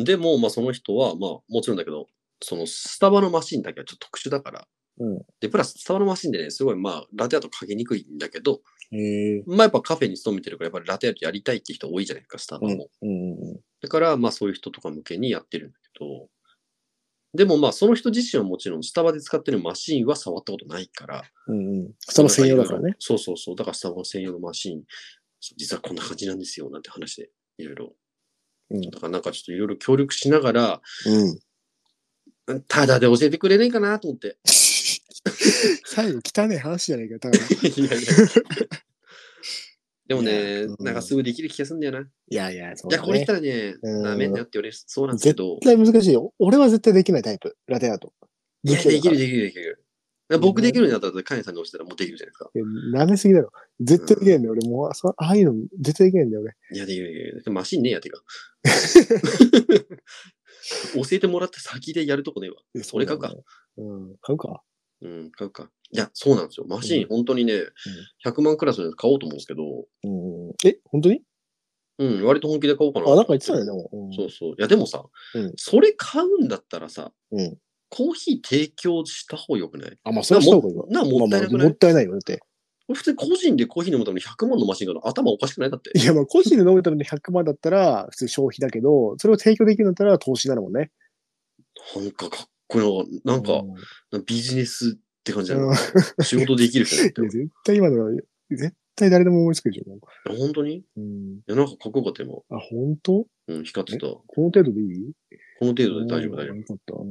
でも、まあその人は、まあもちろんだけど、そのスタバのマシンだけはちょっと特殊だから、うん、で、プラススタバのマシンでね、すごいまあラテアートかけにくいんだけど、まあやっぱカフェに勤めてるから、やっぱりラテアートやりたいって人多いじゃないですか、スタバも。うんうんうん、だから、まあそういう人とか向けにやってるんだけど、でもまあその人自身はもちろんスタバで使ってるマシンは触ったことないから、うんうん、スタバ専用だからね。そうそうそう。だからスタバの専用のマシン、実はこんな感じなんですよ、なんて話で、いろいろ。うん、だからなんかちょっといろいろ協力しながら、うん、ただで教えてくれないかなと思って。最後汚い話じゃないか、多分。いやいや。でもね、なんかすぐできる気がするんだよな。いやいや、そうだね。いや、これ言ったらね、ダメだよって言われそうなんですけど。絶対難しいよ。俺は絶対できないタイプ、ラテアート。いや、できるできるできる。僕できるんだったら、カネさんに教えたらもうできるじゃないですか。舐めすぎだろ。絶対できないんだよ。俺もう、ああいうの絶対できないんだよ、俺。いや、できるできる。マシンねえや、てか。教えてもらった先でやるとこねえわ。それ買うか。うん、買うか。うん、買うか。いや、そうなんですよ。マシン、本当にね、ひゃくまんクラスのやつ買おうと思うんですけど。え、本当に？ うん、割と本気で買おうかな。
あ、なんか言ってたね、でも。
うん、そうそう。いや、でもさ、
うん、
それ買うんだったらさ、
うん、
コーヒー提供した方がよくない？
あ、まあ、それはした方がいいわ。
な、もったいなくない？
まあまあ、もったいないよ、だって。
普通に個人でコーヒー飲むためにひゃくまんのマシンがあるの頭おかしくない？だって。
いや、まあ、個人で飲むためにひゃくまんだったら、普通消費だけど、それを提供できるんだったら投資になるもんね。
なんかかっこいいな。なんか、ビジネスって感じだな。仕事できる人
いや、絶対今のは、絶対誰でも思いつくでしょ。
本当に？うん。いや、なんかかっこよかったよ。
あ、本当？
うん、光ってた。こ
の程度でいい？
この程度で大丈夫、大丈夫。
よかった。うん、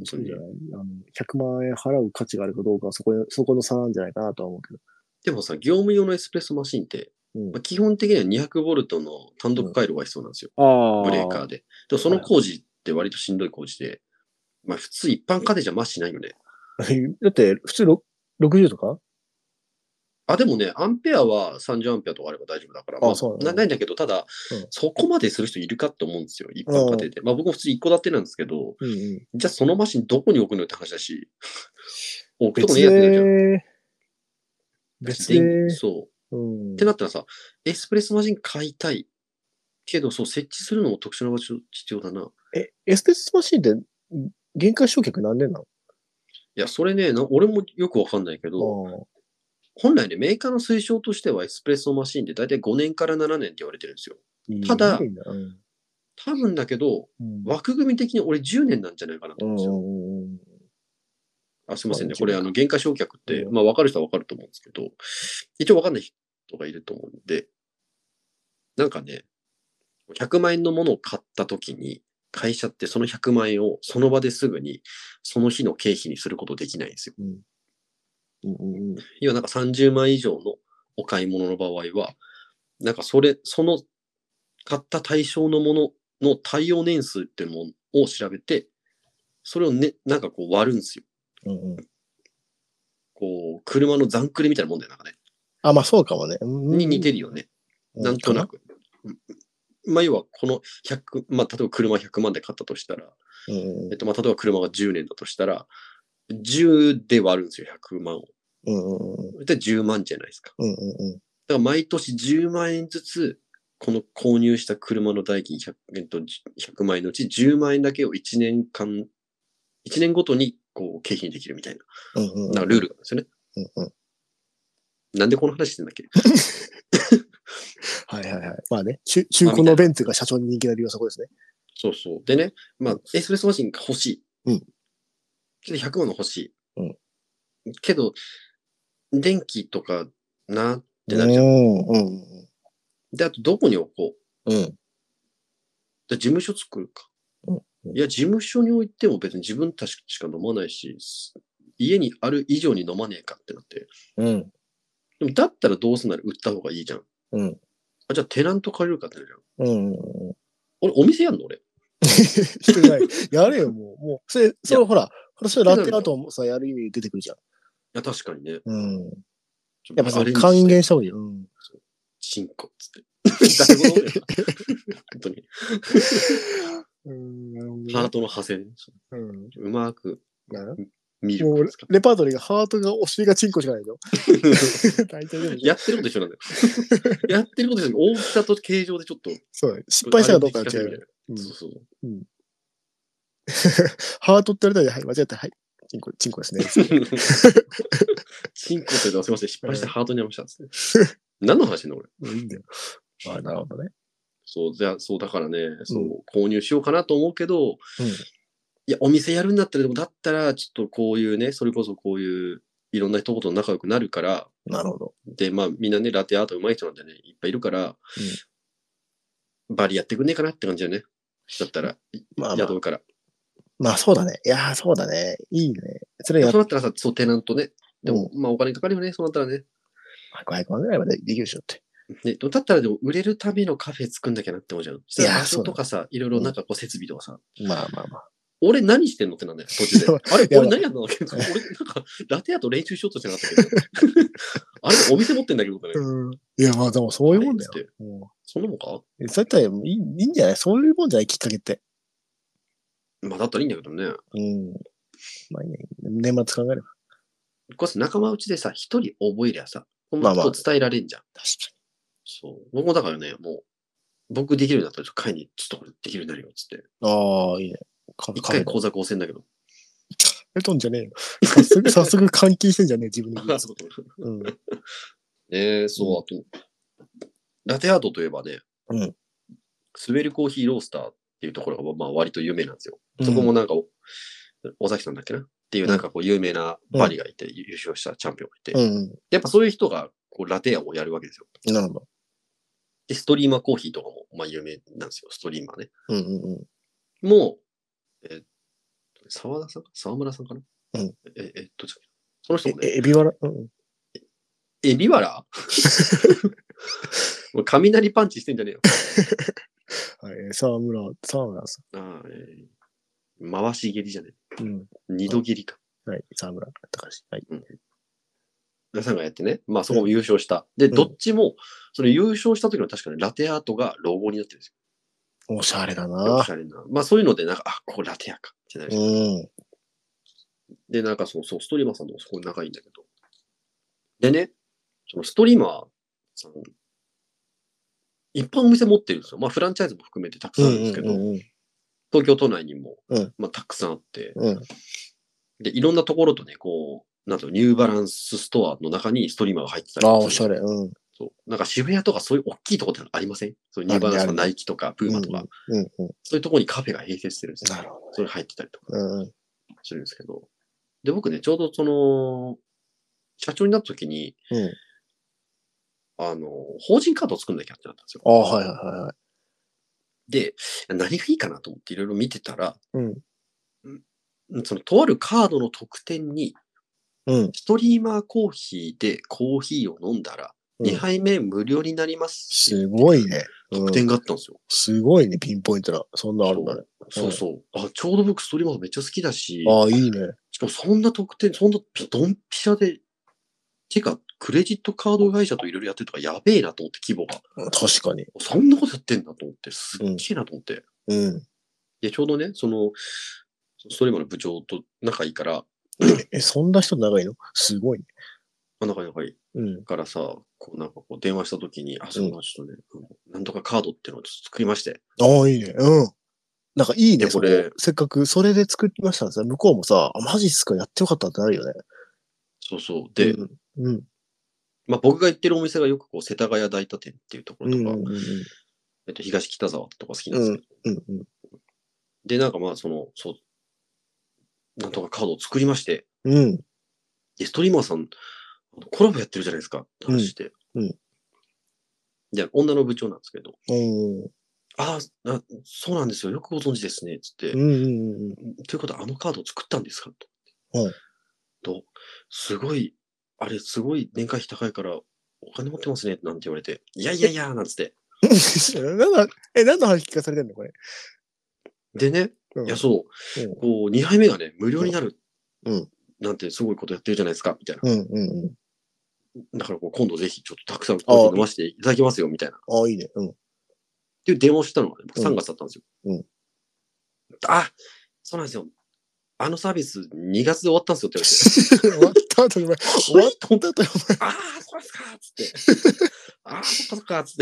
そうじゃない。あの、ひゃくまん円払う価値があるかどうかはそこ、そこの差なんじゃないかなとは思うけど。
でもさ、業務用のエスプレッソマシンって、うんまあ、基本的にはにひゃくボルトの単独回路が必要なんですよ。うん、ブレーカーで。でもその工事って割としんどい工事で、まあ普通一般家庭じゃましないよね。
だって普通ろくじゅうとか？
あ、でもね、アンペアはさんじゅうアンペアとかあれば大丈夫だから、まあ、そうなないんだけど、ただ、うん、そこまでする人いるかって思うんですよ、一般家庭で。まあ僕も普通一戸建てなんですけど、うんうん、じゃあそのマシンどこに置くのって話だし、置くとこねえやってないじゃん。別で。そう、うん。ってなったらさ、エスプレッソマシン買いたいけど、そう、設置するのも特殊な場所必要だな。
え、エスプレッソマシンって限界償却何年なの？
いや、それね、俺もよくわかんないけど、本来ね、メーカーの推奨としてはエスプレッソマシンって大体ごねんからななねんって言われてるんですよ。ただ、うん、多分だけど、うん、枠組み的に俺じゅうねんなんじゃないかなと思うんですよ。うん、あ、すいませんね。これ、あの、原価償却って、うん、まあ分かる人は分かると思うんですけど、一応分かんない人がいると思うんで、なんかね、ひゃくまん円のものを買った時に、会社ってそのひゃくまん円をその場ですぐに、その日の経費にすることできないんですよ。うんうんうん、要はなんかさんじゅうまん以上のお買い物の場合は、なんかそれ、その買った対象のものの対応年数っていうものを調べて、それをね、なんかこう割るんですよ。うんうん、こう、車の残クレみたいなもんだよ、なんかね。
あ、まあそうかもね。
に似てるよね。なんとなく。まあ要はこのひゃく、まあ例えば車ひゃくまんで買ったとしたら、えっとまあ例えば車がじゅうねんだとしたら、じゅうで割るんですよ、ひゃくまんを。うんうんうん、でじゅうまんじゃないですか。うんうんうん、だから毎年じゅうまん円ずつ、この購入した車の代金 ひゃく, えっとひゃくまん円のうちじゅうまん円だけをいちねんかん、いちねんごとにこう経費にできるみたいな、うんうんうん、なんかルールがあるんですよね。うんうん、なんでこの話してんだっけ？
はいはいはい。まあね、中中古のベンツが社長に人気な理由はそこですね。
そうそう。でね、まあ、エスプレッソマシンが欲しい。うん。けどひゃくまんの欲しい。うん。けど、電気とかなってなるじゃん。うん。うん。で、あとどこに置こう。うん。で、事務所作るか。うん。いや、事務所に置いても別に自分たちしか飲まないし、家にある以上に飲まねえかってなって。うん。でもだったらどうすんなら売った方がいいじゃん。うん。あ、じゃあテナント借りるかってなるじゃん。うん。俺、お店やんの俺。
してない。やれよ、もう。もう、それ、それほら、それラテアートもさ、やる意味出てくるじゃん。い
や、確かにね。
うん。やっぱさ、還元した方がいいよ。うん。
チンコっつって。誰も飲んでる本当に。うんハートの派生。うん、うまく見る。
もうレパートリーがハートがお尻がチンコしかないの。大体でも
やってること一緒なんだよ。やってること一緒。大きさと形状でちょっと。
そう。失敗したらどうか違う。そうそう。うん、ハートって言われたら、はい、間違って、はい。チンコ、チンコですね。
チンコって言うとすみません。失敗してハートになりました。何の話なの俺。
いいんだよ。あなるほどね。
そう、じゃそう、だからね、そう、購入しようかなと思うけど、うん、いや、お店やるんだったら、でもだったら、ちょっとこういうね、それこそこういう、いろんな人と仲良くなるから、
なるほど。
で、まあ、みんなね、ラテアート上手い人なんでね、いっぱいいるから、うん、バリやってくんねえかなって感じだね。だったら、まあ、まあ、雇うから。
まあ、そうだね。いやそうだね。いいね。
それやそうなったらさ、そう、テナントね。でも、うん、まあ、お金かかるよね、そうなったらね。
ごひゃくまんぐらいまでできるでしょって。
ね、だったらでも売れるためのカフェ作んなきゃなって思うじゃん。いや、場所とかさ、いろいろなんかこう設備とかさ。
うん、まあまあまあ。
俺何してんのってなんだよ、途中で。あれ俺何やったんだっけ俺なんか、ラテアート練習しようとしてなかったけど。あれお店持ってんだけどね。
うん。いや、まあでもそういうもんだよ。
そんなもんか
そういったらいいいいんじゃないそういうもんじゃないきっかけって。
まあだったらいいんだけどね。
うん。まあいいね。年末考えれば。
これ仲間内でさ、一人覚えりゃさ、まあまあ、伝えられんじゃん。
確かに。
そう。僕もだからね、もう、 僕できるようになったら、会にちょっとこれできるようになるよ、つって。
ああ、いいね。
一回口座合成んだけど。
えとんじゃねえよ。早速、早速換金してんじゃねえ、自分の。うん。
えー、そう、あと、ラテアートといえばね、
うん、
スウェルコーヒーロースターっていうところが、まあ割と有名なんですよ。うん、そこもなんか、尾崎さんだっけなっていうなんかこう有名なバリがいて、うん、優勝したチャンピオンがいて、うん、やっぱそういう人がこうラテアをやるわけですよ。
なるほど。
で、ストリーマーコーヒーとかも、まあ有名なんですよ、ストリーマーね。
うんうんうん、
もう、えー、沢田さんか沢村さんかな、うん、え、えっと、その人もね。
え、エビワラ、うん、
エビワラもう雷パンチしてんじゃねえよ。
はい、沢村、沢村さん。
ああ、えー、回し蹴りじゃねえ。うん。二度蹴りか。
はい、沢村、高橋。はい。うん。
皆さんがやってね、まあそこも優勝した。うん、で、どっちも、その優勝した時の確かにラテアートがロゴになってるんです
よ。おしゃれだな。
おしゃれな。まあそういうので、なんか、あ、これラテアか。ってなるじゃないですか。うん。で、なんかそう、そう、ストリーマーさんともそこに仲いいんだけど。でね、そのストリーマーさん、いっぱいお店持ってるんですよ。まあフランチャイズも含めてたくさんあるんですけど、うんうんうん、東京都内にも、うん、まあたくさんあって、うん、で、いろんなところとね、こう、なんとニューバランスストアの中にストリーマーが入ってたりとか。
ああ、おしゃれ。うん。
そう。なんか渋谷とかそういう大きいところってありません？そういうニューバランスとかナイキとかプーマとか、うんうんうん、そういうところにカフェが併設してるんですよ。なるほど、ね。それ入ってたりとかするんですけど。で、僕ね、ちょうどその、社長になった時に、うん、あの、法人カードを作んなきゃってなったんですよ。
ああ、はいはいはい。
で、何がいいかなと思っていろいろ見てたら、うん、そのとあるカードの特典に、うん、ストリーマーコーヒーでコーヒーを飲んだら、うん、にはいめ無料になります。
すごいね。
特典があったんですよ。
うん、すごいね、ピンポイントな。そんなあるんだね。
そうそうそう。あ、ちょうど僕ストリーマーめっちゃ好きだし。
ああ、いいね。
しかもそんな特典、そんなドンピシャで、てか、クレジットカード会社といろいろやってるとかやべえなと思って、規模が。
確かに。
そんなことやってんだと思って、すっげえなと思って。うん。で、ちょうどね、その、ストリーマーの部長と仲いいから。
え、そんな人仲いいの？すごいね。
あ、仲仲いい。うん。からさ、こうなんかこう電話したときに、あ、そうだ、ちょっとね、うん、なんとかカードっていうのを作りまして。
ああ、いいね。うん。なんかいいね、これ。せっかくそれで作りましたらさ、向こうもさ、あ、マジっすか、やってよかったってなるよね。
そうそう。で、うん。うん、まあ僕が行ってるお店がよくこう、世田谷大田店っていうところとか、うんうんうん、えっと、東北沢ってとこ好きなんですけど。うんうんうん、で、なんかまあ、その、そう、なんとかカードを作りまして、うん。で、ストリーマーさん、コラボやってるじゃないですか、話して。うん。うん、で、女の部長なんですけど、ああ、そうなんですよ。よくご存知ですね。つって。うんうんうん、ということは、あのカードを作ったんですかと。はい。と、すごい、あれ、すごい年会費高いから、お金持ってますね。なんて言われて。いやいやいや、なんつって。
なんだ、え、何の話聞かされてんのこれ。
でね、うん、いや、そう、うん、こう、にはいめがね、無料になる。うん。なんてすごいことやってるじゃないですか、みたいな。うんうんうん。だからこう、今度ぜひちょっとたくさんコーヒー飲ませていただきますよ、みたいな。
ああ、いいね。うん。
っていう電話をしたのがね、僕さんがつだったんですよ。うん。うん、あ、そうなんですよ。あのサービスにがつで終わったんですよって言われて。
終わった後にお前、終わった後にお前。
ああ、そうですかつって。ああ、そっかそっかつって。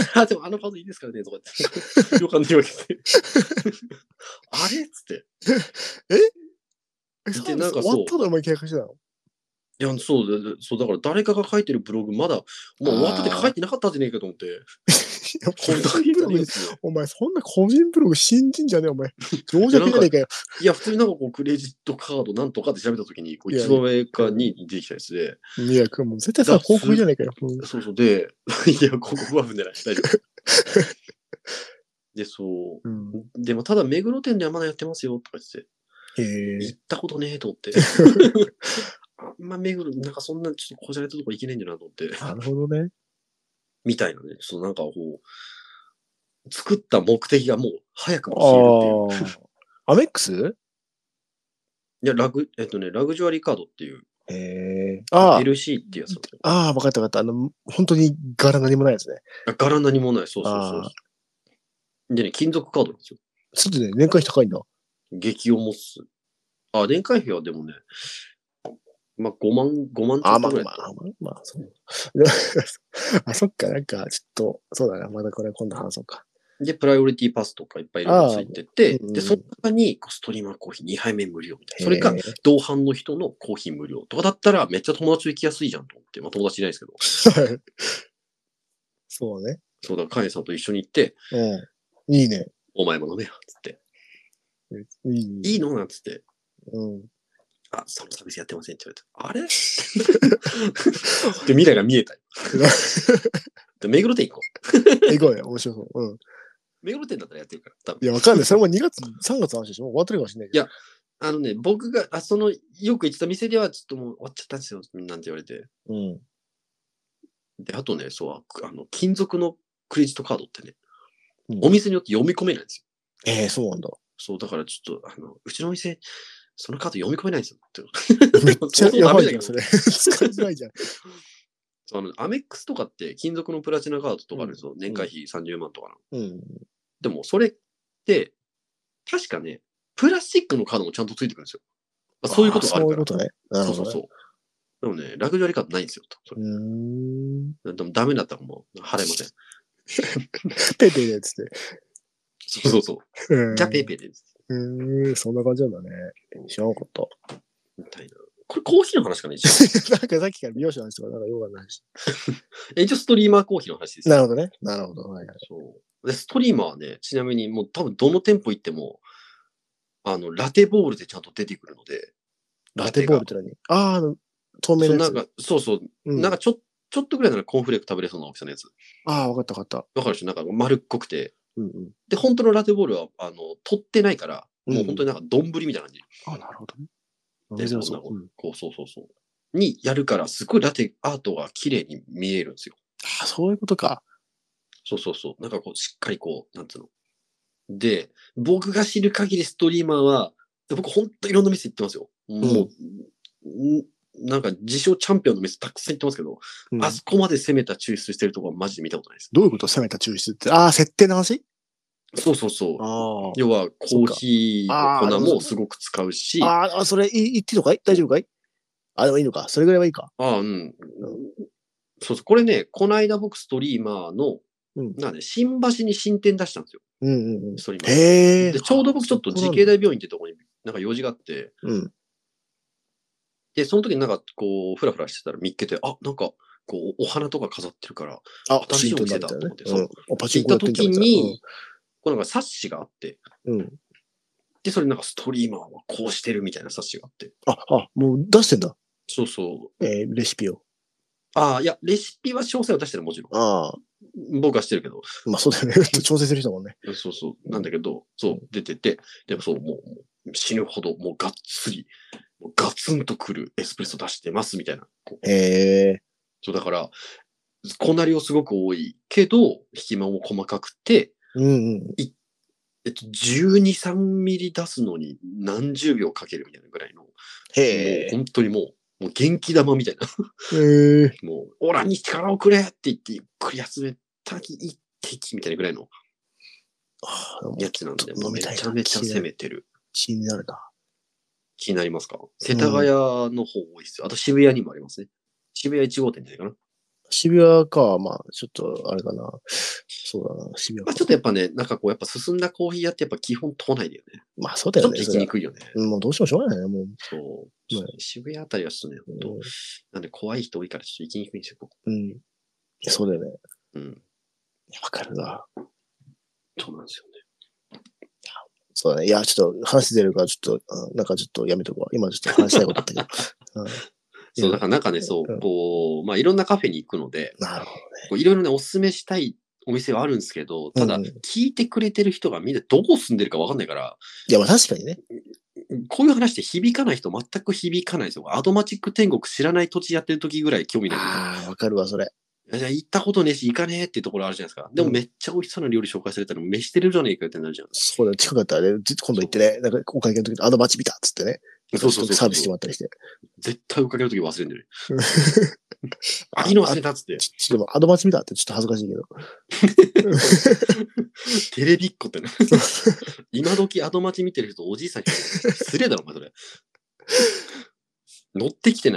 あでもあのカードいいですからね、とか言って。よかんないわけで。あれつって。
ええ、で、なんか終わった後お前契約してたの？
いや、そう、そう、だから誰かが書いてるブログ、まだ、もう終わってて書いてなかったんじゃねえかと思って。
個人ブログ、お前そんな個人ブログ信じんじゃねえお前。情弱じゃねえかよ。
いや、普通になんかこう、クレジットカードなんとかって調べたときに、こう、一番上かに出てきたやつで。
いや、もう絶対さ、広告じゃねえかよ。
そうそう、で、いや、広告は踏んでない。大丈夫。で、そう。でも、ただ、目黒店ではまだやってますよ、とか言って。行ったことねえと思って。あんま目黒、なんかそんなちょっとこじゃれたとこ行けねえんだなと思って。
なるほどね。
みたいなね。そうなんかこう、作った目的がもう早くも消えるっていう。
アメックス？
いや、ラグ、えっとね、ラグジュアリーカードっていう。
へえ。ああ。
エルシー っていうやつなんですよ。
ああ、わかったわかった。あの、本当に柄何もないやつね。
柄何もない。そうそうそう。でね、金属カードなんですよ。
ちょっとね、年会費高いんだ。
激重っす。あ、年会費はでもね、 まあごまん、ごまんちょ
あ、まあ
っとぐらい。
まあまあ、まあ、そう。あ、そっか、なんか、ちょっと、そうだな、まだこれ今度話そうか。
で、プライオリティパスとかいっぱいいろいろついてて、
うんうん、
で、その中にストリーマーコーヒーにはいめ無料みたいな。それか、同伴の人のコーヒー無料とかだったら、めっちゃ友達と行きやすいじゃんと思って、まあ友達いないですけど。
そうね。
そうだ、カエさんと一緒に行って、
うん。いいね。
お前も飲めよ、つって。
いい,
いいのなんつって。
うん。
あ、そのサービスやってませんって言われて。あれで、未来が見えたよ。で、目黒店行こ
う。行こうよ、面白そう。うん。
目黒店だったらやってるから、多分。
いや、わかんない。それもにがつ、さんがつの話でしょ、終わってるかもしれないけど。
いや、あのね、僕が、あ、その、よく行ってた店では、ちょっともう終わっちゃったんですよ、なんて言われて。
うん。
で、あとね、そう、あの、金属のクレジットカードってね、
うん、
お店によって読み込めないんです
よ。ええー、そうなんだ。
そう、だからちょっと、あの、うちのお店、そのカード読み込めないんですよ。
めっちゃやばいじゃん、それ。使いづらいじゃん。
そう、あの、アメックスとかって金属のプラチナカードとかあるんですよ。うん、年会費さんじゅうまんとかの。うん。でも、それって、確かね、プラスチックのカードもちゃんとついてくるんですよ。まあ、そういうことがあるから。
そういうことね。
そうそうそう。でもね、ラグジュアリーカードないんですよ。それうん。でもダメだったらもう払えません。
ペイペイでっつって。
そうそうそう。じゃあペイペイでっつって。
へえ、そんな感じなんだね。知らなかった。
みたいな。これコーヒーの話かね一
応。なんかさっきから美容師の話とかなんかよくわかんないし。
一応ストリーマーコーヒーの話です。
なるほどね。なるほど。はいはい、
そうでストリーマーはね、ちなみにもう多分どの店舗行っても、あの、ラテボールでちゃんと出てくるので。
ラテボールって何？ああ、透明なやつ。
そう、なんか、そうそう。うん、なんかちょ、ちょっとぐらいならコーンフレーク食べれそうな大きさのやつ。
ああ、わかったわかった。
わかるでしょ？なんか丸っこくて。うんうん、で、本当のラテボールは、あの、取ってないから、もう本当になんか丼みたいな感じ。
うん、あ、なるほどね。
で、そんな、うん、こう、そうそうそう。にやるから、すごいラテアートが綺麗に見えるんですよ。
ああ、そういうことか。そう
そうそう。なんかこう、しっかりこう、なんつうの。で、僕が知る限りストリーマーは、僕ほんといろんな店行ってますよ。もう、うん、なんか自称チャンピオンの店たくさん行ってますけど、うん、あそこまで攻めた抽出してるところはマジで見たことないです。
どういうこと攻めた抽出って？ああ、設定の話？
そうそうそう。要はコーヒーの粉もすごく使うし。
ああ、それ言っていいのかい？大丈夫かい？あ、でもいいのか。それぐらいはいいか。
ああ、うん。そうそう。これね、この間僕ストリーマーの、うん、なんで、新橋に新店出したんですよ。うんうんうん。ストリーマー。へえ。で、ちょうど僕ちょっと慈恵大病院ってとこになんか用事があって、うん。で、その時になんかこう、ふらふらしてたら見っけて、あ、なんか、こう、お花とか飾ってるから、あ、新しいお店だと思って、そう。パチンコ行った時に、こうなんか冊子があって、うん。で、それなんかストリーマーはこうしてるみたいな冊子があって。
あ、あ、もう出してんだ。そう
そう。
えー、レシピを。
ああ、いや、レシピは詳細を出してるもちろん。ああ。僕はしてるけど。
まあそうだよね。調整する人もんね。
そうそう。なんだけど、そう、出てて、でもそう、もう、死ぬほど、もうがっつり、ガツンとくるエスプレッソ出してますみたいな。へえ。そうだから、粉量すごく多いけど、引き間も細かくて、うんうん、えっと、じゅうに、さんミリ出すのに何十秒かけるみたいなぐらいの。へえ。もう本当にもう、もう元気玉みたいな。へえ。もう、オラに力をくれって言って、ゆっくり集めたき一滴みたいなぐらいのやつなんで、もうめちゃめちゃ攻めてる。
気になるな。
気になりますか？世田谷の方多いですよ。あと渋谷にもありますね。渋谷いち号店じゃないかな。
渋谷か、まあ、ちょっと、あれかな。そうだな、渋谷か。
まあ、ちょっとやっぱね、なんかこう、やっぱ進んだコーヒー屋ってやっぱ基本都内だよね。
まあ、そうだよね。
ちょっと行きにくいよね。
もうどうしてもしょうがないね、もう。
そう。うん、渋谷あたりはちょっとね、本当、うん、なんで怖い人多いからちょっと行きにくいんですよ、ここ。
うん。そうだよね。
うん。
わかるな。
そうなんですよね。
そうだね。いや、ちょっと話出るから、ちょっと、なんかちょっとやめとこう。今ちょっと話したいことあったけど。うん、
そう、だからなんかね、そう、こう、まあ、いろんなカフェに行くので、
なるほ
どね。いろいろね、おすすめしたいお店はあるんですけど、ただ、聞いてくれてる人がみんなどこ住んでるかわかんないから。
いや、まあ確かにね。
こういう話って響かない人全く響かないですよ。アドマチック天国知らない土地やってる時ぐらい興味ない。
ああ、わかるわ、それ。
じゃあ行ったことねえし、行かねえっていうところあるじゃないですか。でもめっちゃ美味しそうな料理紹介されたら、飯してるじゃねえかってなるじゃん。
そうだよ、近かったらね、今度行ってね、なんかお会計の時にアドマチ見たっつってね。そうそうそう。サービスしてもらったりして。
絶対追っかける時忘れんでる。あ、いいの忘れたっつって。
でも、アドマチ見たってちょっと恥ずかしいけど。
テレビっ子ってね。今時アドマチ見てる人、おじいさん失礼だろ、お前それ。 乗ってきてない。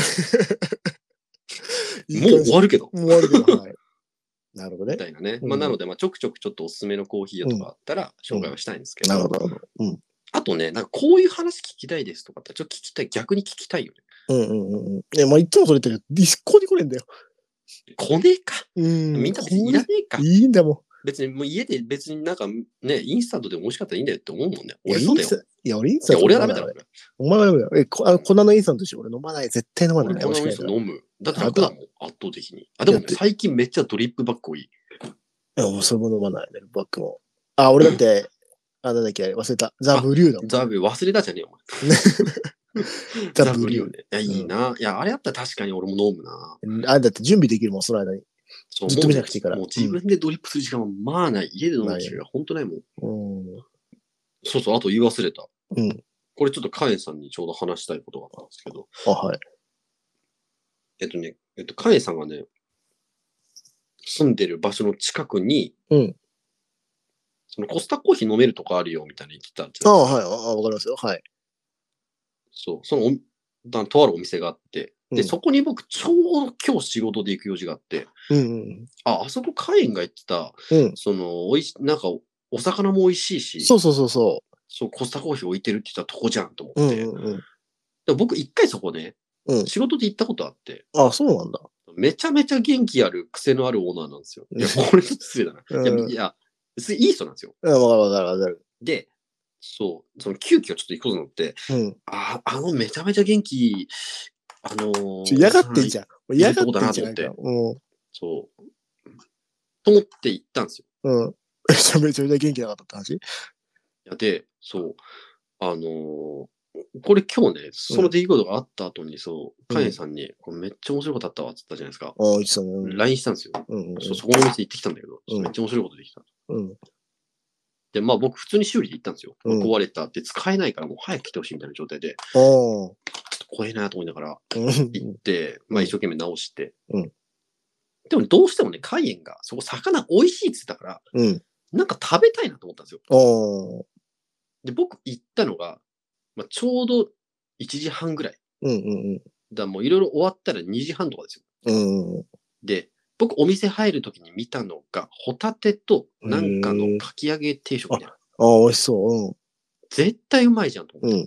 もう終わるけど。
もう終わるけど、はい。なるほどね。
みたいなね。うん、まあ、なので、まあ、ちょくちょくちょっとおすすめのコーヒー屋とかあったら、紹介はしたいんですけど。
うんうん、なるほど。うん。
あとね、なんかこういう話聞きたいですとかって、ちょっと聞きたい、逆に聞きたいよね。
うんうんうん。いや、まあ、いつもそれ言ってるディスコに来れんだよ。
来ねえか。
うん。
みんな別にいらねえか。
いいんだもん。
別にもう家で別になんかね、インスタントでも美味しかったらいいんだよって思うもんね。
俺
そうだよ。
いや、俺インスタント。
いや、俺はダメだろ。
お前はダメだよ。え、こあ粉のインスタントしよ。俺飲まない。絶対飲まない。
俺粉のインスタント飲む。だって楽だもん、圧倒的に。あ、でもね、最近めっちゃドリップバッグ多い。い
や、もうそれも飲まないね、バッグも。あ、俺だって、あ、なんだっけ、忘れた。ザ・ブリューだもん。
ザ・ブリュー、忘れたじゃねえよ、お前。ザ・ブリューね。いや、いいな。いや、あれやったら確かに俺も飲むな。
あれだって準備できるもん、その間に。そう、ずっと見なくていいから。
もう自分でドリップする時間はまあない。家で飲む時間が本当ないもん。そうそう、あと言い忘れた。うん。これちょっとカエンさんにちょうど話したいことがあったんですけど。
あ、はい。
えっとね、えっと、カエンさんがね、住んでる場所の近くに、うん。そのコスタコーヒー飲めるとこあるよみたいに言ってたん
じゃないですか。ああ、はい。ああ、わかりますよ。はい。
そう、そのお、とあるお店があって、で、うん、そこに僕、ちょうど今日仕事で行く用事があって、うんうん、あ、あそこカエンが言ってた、うん、その、おいし、なんか、お魚も美味しいし、
そうそうそうそう。
そう、コスタコーヒー置いてるって言ったとこじゃんと思って、うんうんうん、で僕一回そこね、うん、仕事で行ったことあって、
あ、そうなんだ。
めちゃめちゃ元気ある癖のあるオーナーなんですよ。いや、これちょっと失礼だな。うん、いや、いや、別にいい人なんですよ。
うん、わかるわかるわかる。
で、そう、その急遽ちょっと行くことになって、うん、あ、あのめちゃめちゃ元気、あのー、
嫌がってんじゃん。嫌がってんじゃん。
うん。そう。と思って行ったんですよ。
うん。めちゃめちゃ元気なかったって話？い
や、で、そう。あのー、これ今日ね、その出来事があった後に、そう、カエンさんに、これめっちゃ面白かったわって言ったじゃないですか。
ああ、言ってたね。
ライン したんですよ。うんうんうん、そう、そこの店行ってきたんだけど、めっちゃ面白いことできた。うん。で、まあ僕普通に修理で行ったんですよ。うん、壊れたって使えないからもう早く来てほしいみたいな状態で、ちょっと怖いなと思いながら行って、まあ一生懸命直して、うん、でもどうしてもね、カイエンがそこ魚美味しいって言ってたから、うん、なんか食べたいなと思ったんですよ。で、僕行ったのが、まあ、ちょうどいちじはんぐらい。うんうんうん、だもういろいろ終わったらにじはんとかですよ。うんうん、で、僕お店入るときに見たのが、ホタテとなんかのかき揚げ定食みたいな。
ああ、美味しそう。うん。
絶対うまいじゃんと思って。うん、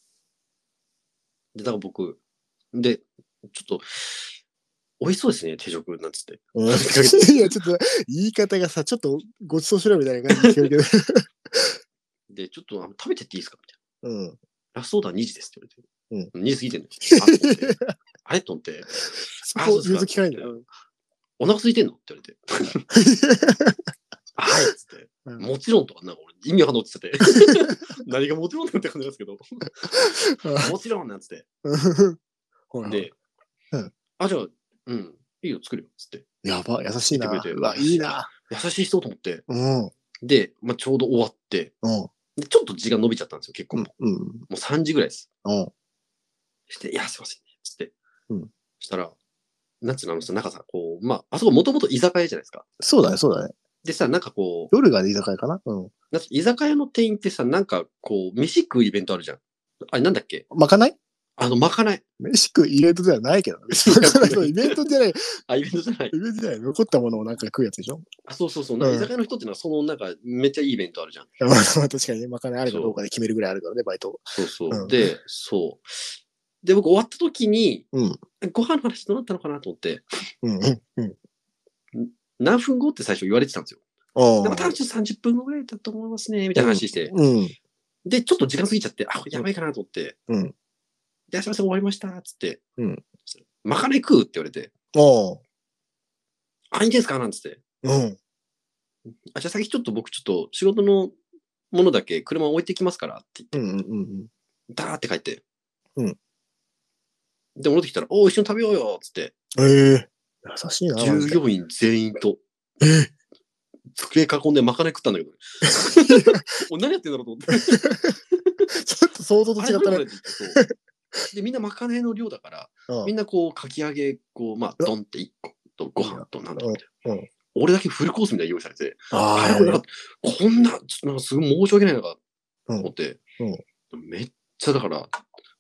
で、だから僕、で、ちょっと、美味しそうですね、定食なんつって。
うん、いや、ちょっと、言い方がさ、ちょっとごちそうしろみたいな感じで聞こえるけど。
で、ちょっとあの食べてっていいですかみたいな。うん。ラストオーダーにじですって言われて。うん。にじ過ぎてんの。あれと思って。
あ、そうですか。機会だよ。
お腹空いてんのって言われて。はいっつって。うん、もちろんとか、なんか俺意味わかんないって言ってて。何がもちろんなんて感じなんですけど。もちろんなんつって。で、うん、あ、じゃあ、うん、いいよ、作るよ、つって。
やば、優しいな。うわ、いいな。
優しい人と思って。うん、で、まあ、ちょうど終わって、うん、で、ちょっと時間伸びちゃったんですよ、結構。うん、もうさんじぐらいです。うん、して、いや、すいませんね、つって。うん、そしたら、なんつうの、あのさ、なんかさ、こう、まあ、あそこもともと居酒屋じゃないですか。
そうだね、そうだね。
でさ、なんかこう。
夜が居酒屋かな？うん。
居酒屋の店員ってさ、なんかこう、飯食うイベントあるじゃん。あれなんだっけ？
まかない？
あの、まかない。
飯食うイベントではないけど、ね。そう、イベントじゃない。
あ、イベントじゃない。
イベントじゃない。残ったものをなんか食うやつでしょ？
あ、そうそうそう。なんか居酒屋の人ってのは、そのなんか、めっちゃいいイベントあるじゃん。
まあ、確かにね、まかないあるかどうかで決めるぐらいあるからね、バイト。
そうそう。うん、で、そう。で、僕終わった時に、うん、ご飯の話どうなったのかなと思って、うんうんうん、何分後って最初言われてたんですよ。でも多分ちょっとさんじゅっぷんごぐらいだと思いますね、みたいな話して。うんうん、で、ちょっと時間過ぎちゃって、あ、やばいかなと思って、うん、で、すいません、終わりました、つって、うん、まかない食うって言われて、あ、いいんですかなんつって。うん、あ、じゃあ先ちょっと僕ちょっと仕事のものだけ車置いてきますからって言って、うんうんうん、ダーって帰って、うん、で、戻ってきたら、おー、一緒に食べようよ、つって。
えー、優しいな。
従業員全員と。えー机囲んでまかない食ったんだけど、ね、お何やってんだろうと思って。
ちょっと想像と違ったね。
で、みんなまかないの量だから、うん、みんなこう、かき揚げ、こう、まあ、ドンっていっことご飯となんだろうみたいな、うんうん。俺だけフルコースみたいな用意されて、あここんな、ちょっとなんかすごい申し訳ないのかと思って、うんうん、めっちゃだから、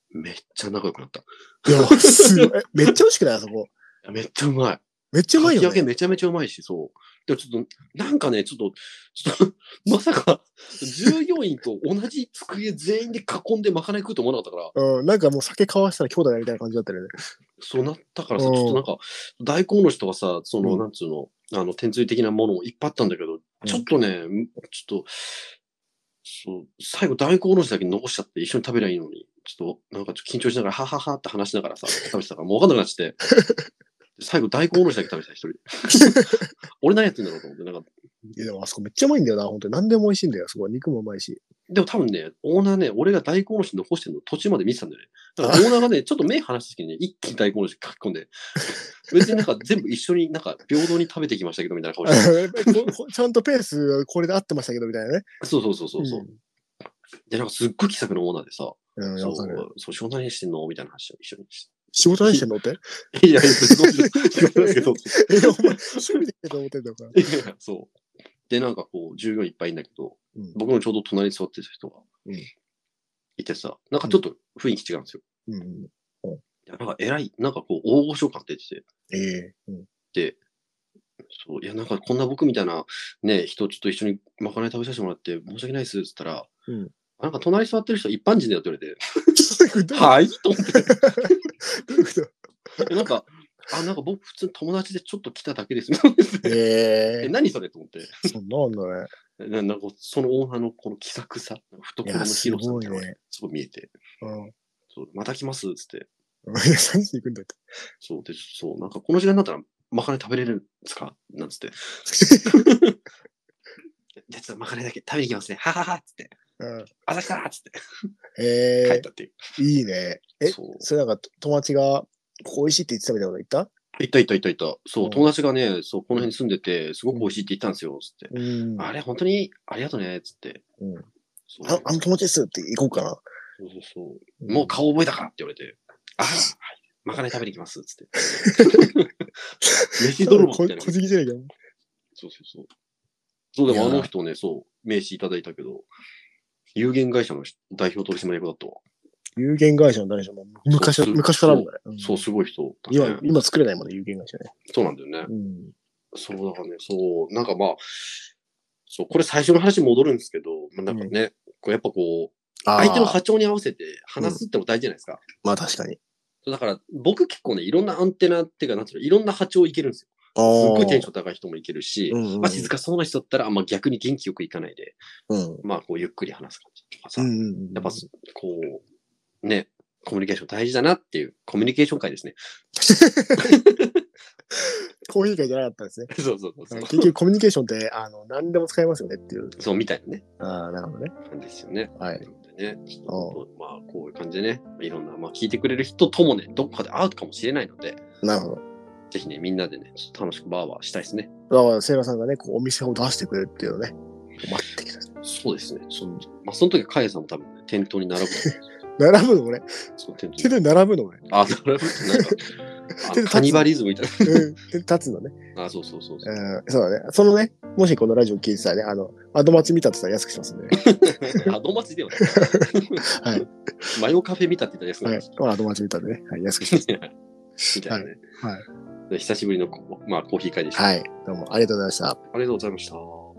めっちゃ仲良くなった。
いや、すごい。めっちゃ美味しくないあそこ。
めっちゃうまい。
めっちゃうまいよね。
かき揚げめちゃめちゃうまいし、そう。でもちょっと、なんかね、ちょっと、ちょっと、まさか、従業員と同じ机全員で囲んでまかない食うと思わなかったから。
うん、なんかもう酒交わしたら兄弟みたいな感じだったよね。
そうなったからさ、ちょっとなんか、大根おろしとかさ、その、うん、なんつうの、あの、天つゆ的なものもいっぱいあったんだけど、うん、ちょっとね、ちょっと、そう、最後大根おろしだけ残しちゃって一緒に食べりゃいいのに、ちょっと、なんかちょっと緊張しながら、はははって話しながらさ、食べてたからもうわかんなくなっちゃって、最後大根おろしだけ食べてた、一人で。俺何やってんだろうと思って、なんか。
いや、でもあそこめっちゃうまいんだよな、本当に。何でも美味しいんだよ、そこは。肉もうまいし。
でも多分ね、オーナーね、俺が大根おろし残してるの途中まで見てたんだよね。だからオーナーがね、ちょっと目離した時にね、一気に大根おろし書き込んで、別になんか全部一緒になんか平等に食べてきましたけど、みたいな顔して。
ちゃんとペースこれで合ってましたけど、みたいなね。
そうそうそうそうそう、うん。で、なんかすっごい気さくなオーナーでさ、
うん、
そう、そう、仕事何してんのみたいな話を一緒にして。
仕事何してんのって？
いや、そうですけど。
え、お前、趣味でと思ってんのか。
いや、そう。で、なんかこう、従業員いっぱいいんだけど、うん、僕のちょうど隣に座ってた人がいてさ、なんかちょっと雰囲気違うんですよ。うんうん、いや、なんか偉い、なんかこう、大御所感出てて。えーうん、で、そう、いや、なんかこんな僕みたいなね、人ちょっと一緒にまかない食べさせてもらって申し訳ないですっつったら、うん、なんか隣に座ってる人一般人だよって言われて、はいと思って。なんか、あ、なんか僕普通に友達でちょっと来ただけですみたいな。えー、え、何それと思って。
そんなんだ
ね。ななんかそのオーナーのこの気さくさ、懐の広さみたいなのがすごい見えて。うん、そうまた来ますっつって。
いや、さんじに行くんだって。
そうで、そう、なんかこの時間になったらまかない食べれるんですかなんつって。じゃあちょっとまかないだけ食べに行きますね。はははっつって。うん。あざしたーっつって。えー、帰ったっていう。
いいね。え、そ, それなんか友達が、ここ美味しいって言ってたみたいなこと言った？
言った言った言った言った。そう、うん、友達がね、そう、この辺に住んでて、すごく美味しいって言ったんですよ、つって。うん、あれ、本当にありがとうね、つって。うん、
あ, あの友達ですって行こうかな。
そうそうそう。うん、もう顔覚えたかって言われて、あ、はい、まかない食べに行きます、つって。飯泥棒みたいな。
小じきじゃないか。
そうそうそう。そう、でもあの人ね、そう、名刺いただいたけど、有限会社の代表取締役だったわ。
有限会社の代表も昔昔からあるんだね。
そう、そうすごい人、ね。
今、今作れないもんね、有限会社ね。
そうなんだよね。うん、そうだからね、そう、なんかまあ、そう、これ最初の話に戻るんですけど、まあ、なんかね、うん、こうやっぱこう、相手の波長に合わせて話すっても大事じゃないですか。うん、
まあ確かに。
だから僕結構ね、いろんなアンテナっていうか、なんていうの、いろんな波長いけるんですよ。すっごいテンション高い人もいけるし、うんうん、まあ静かそうな人だったら、まあ逆に元気よくいかないで、うん、まあこうゆっくり話す感じとかさ、うんうんうん、やっぱこう、ね、コミュニケーション大事だなっていう、コミュニケーション会ですね。
コーヒー会じゃなかったですね。
そうそうそうそう。
結局コミュニケーションって、あの、何でも使えますよねっていう。
そう、みたいなね。
ああ、なるほどね。
感じですよね。
はい。
でね、ちょっとまあこういう感じでね、いろんな、まあ聞いてくれる人ともね、どこかで会うかもしれないので。
なるほど。
ぜひね、みんなでね、ちょっと楽しくバーバーしたいですね。
だから、セイラさんがね、こうお店を出してくれるっていうのね、待ってきた。
そうですね。そ, まあ、その時、カエさんも多分、ね、店頭に並ぶ。
並ぶのこれ。そう、店頭に。手で並ぶのこれ。
あ、並ぶってなんか、カニバリズムみたいな。
うん、立つのね。
あ、そうそうそう
そう。えー、そうだね。そのね、もしこのラジオ聞いてたらね、あの、アドマチ見たって言ったら安くしますんでね。
アドマチではない。
はい。
マヨカフェ見たって言ったら安くします。
はい。アドマチ見たんでね。はい、安くします。
みたいなね。
はい。はい、
久しぶりの、まあ、コーヒー会でした。
はい。どうもありがとうございました。あ
りがとうございました。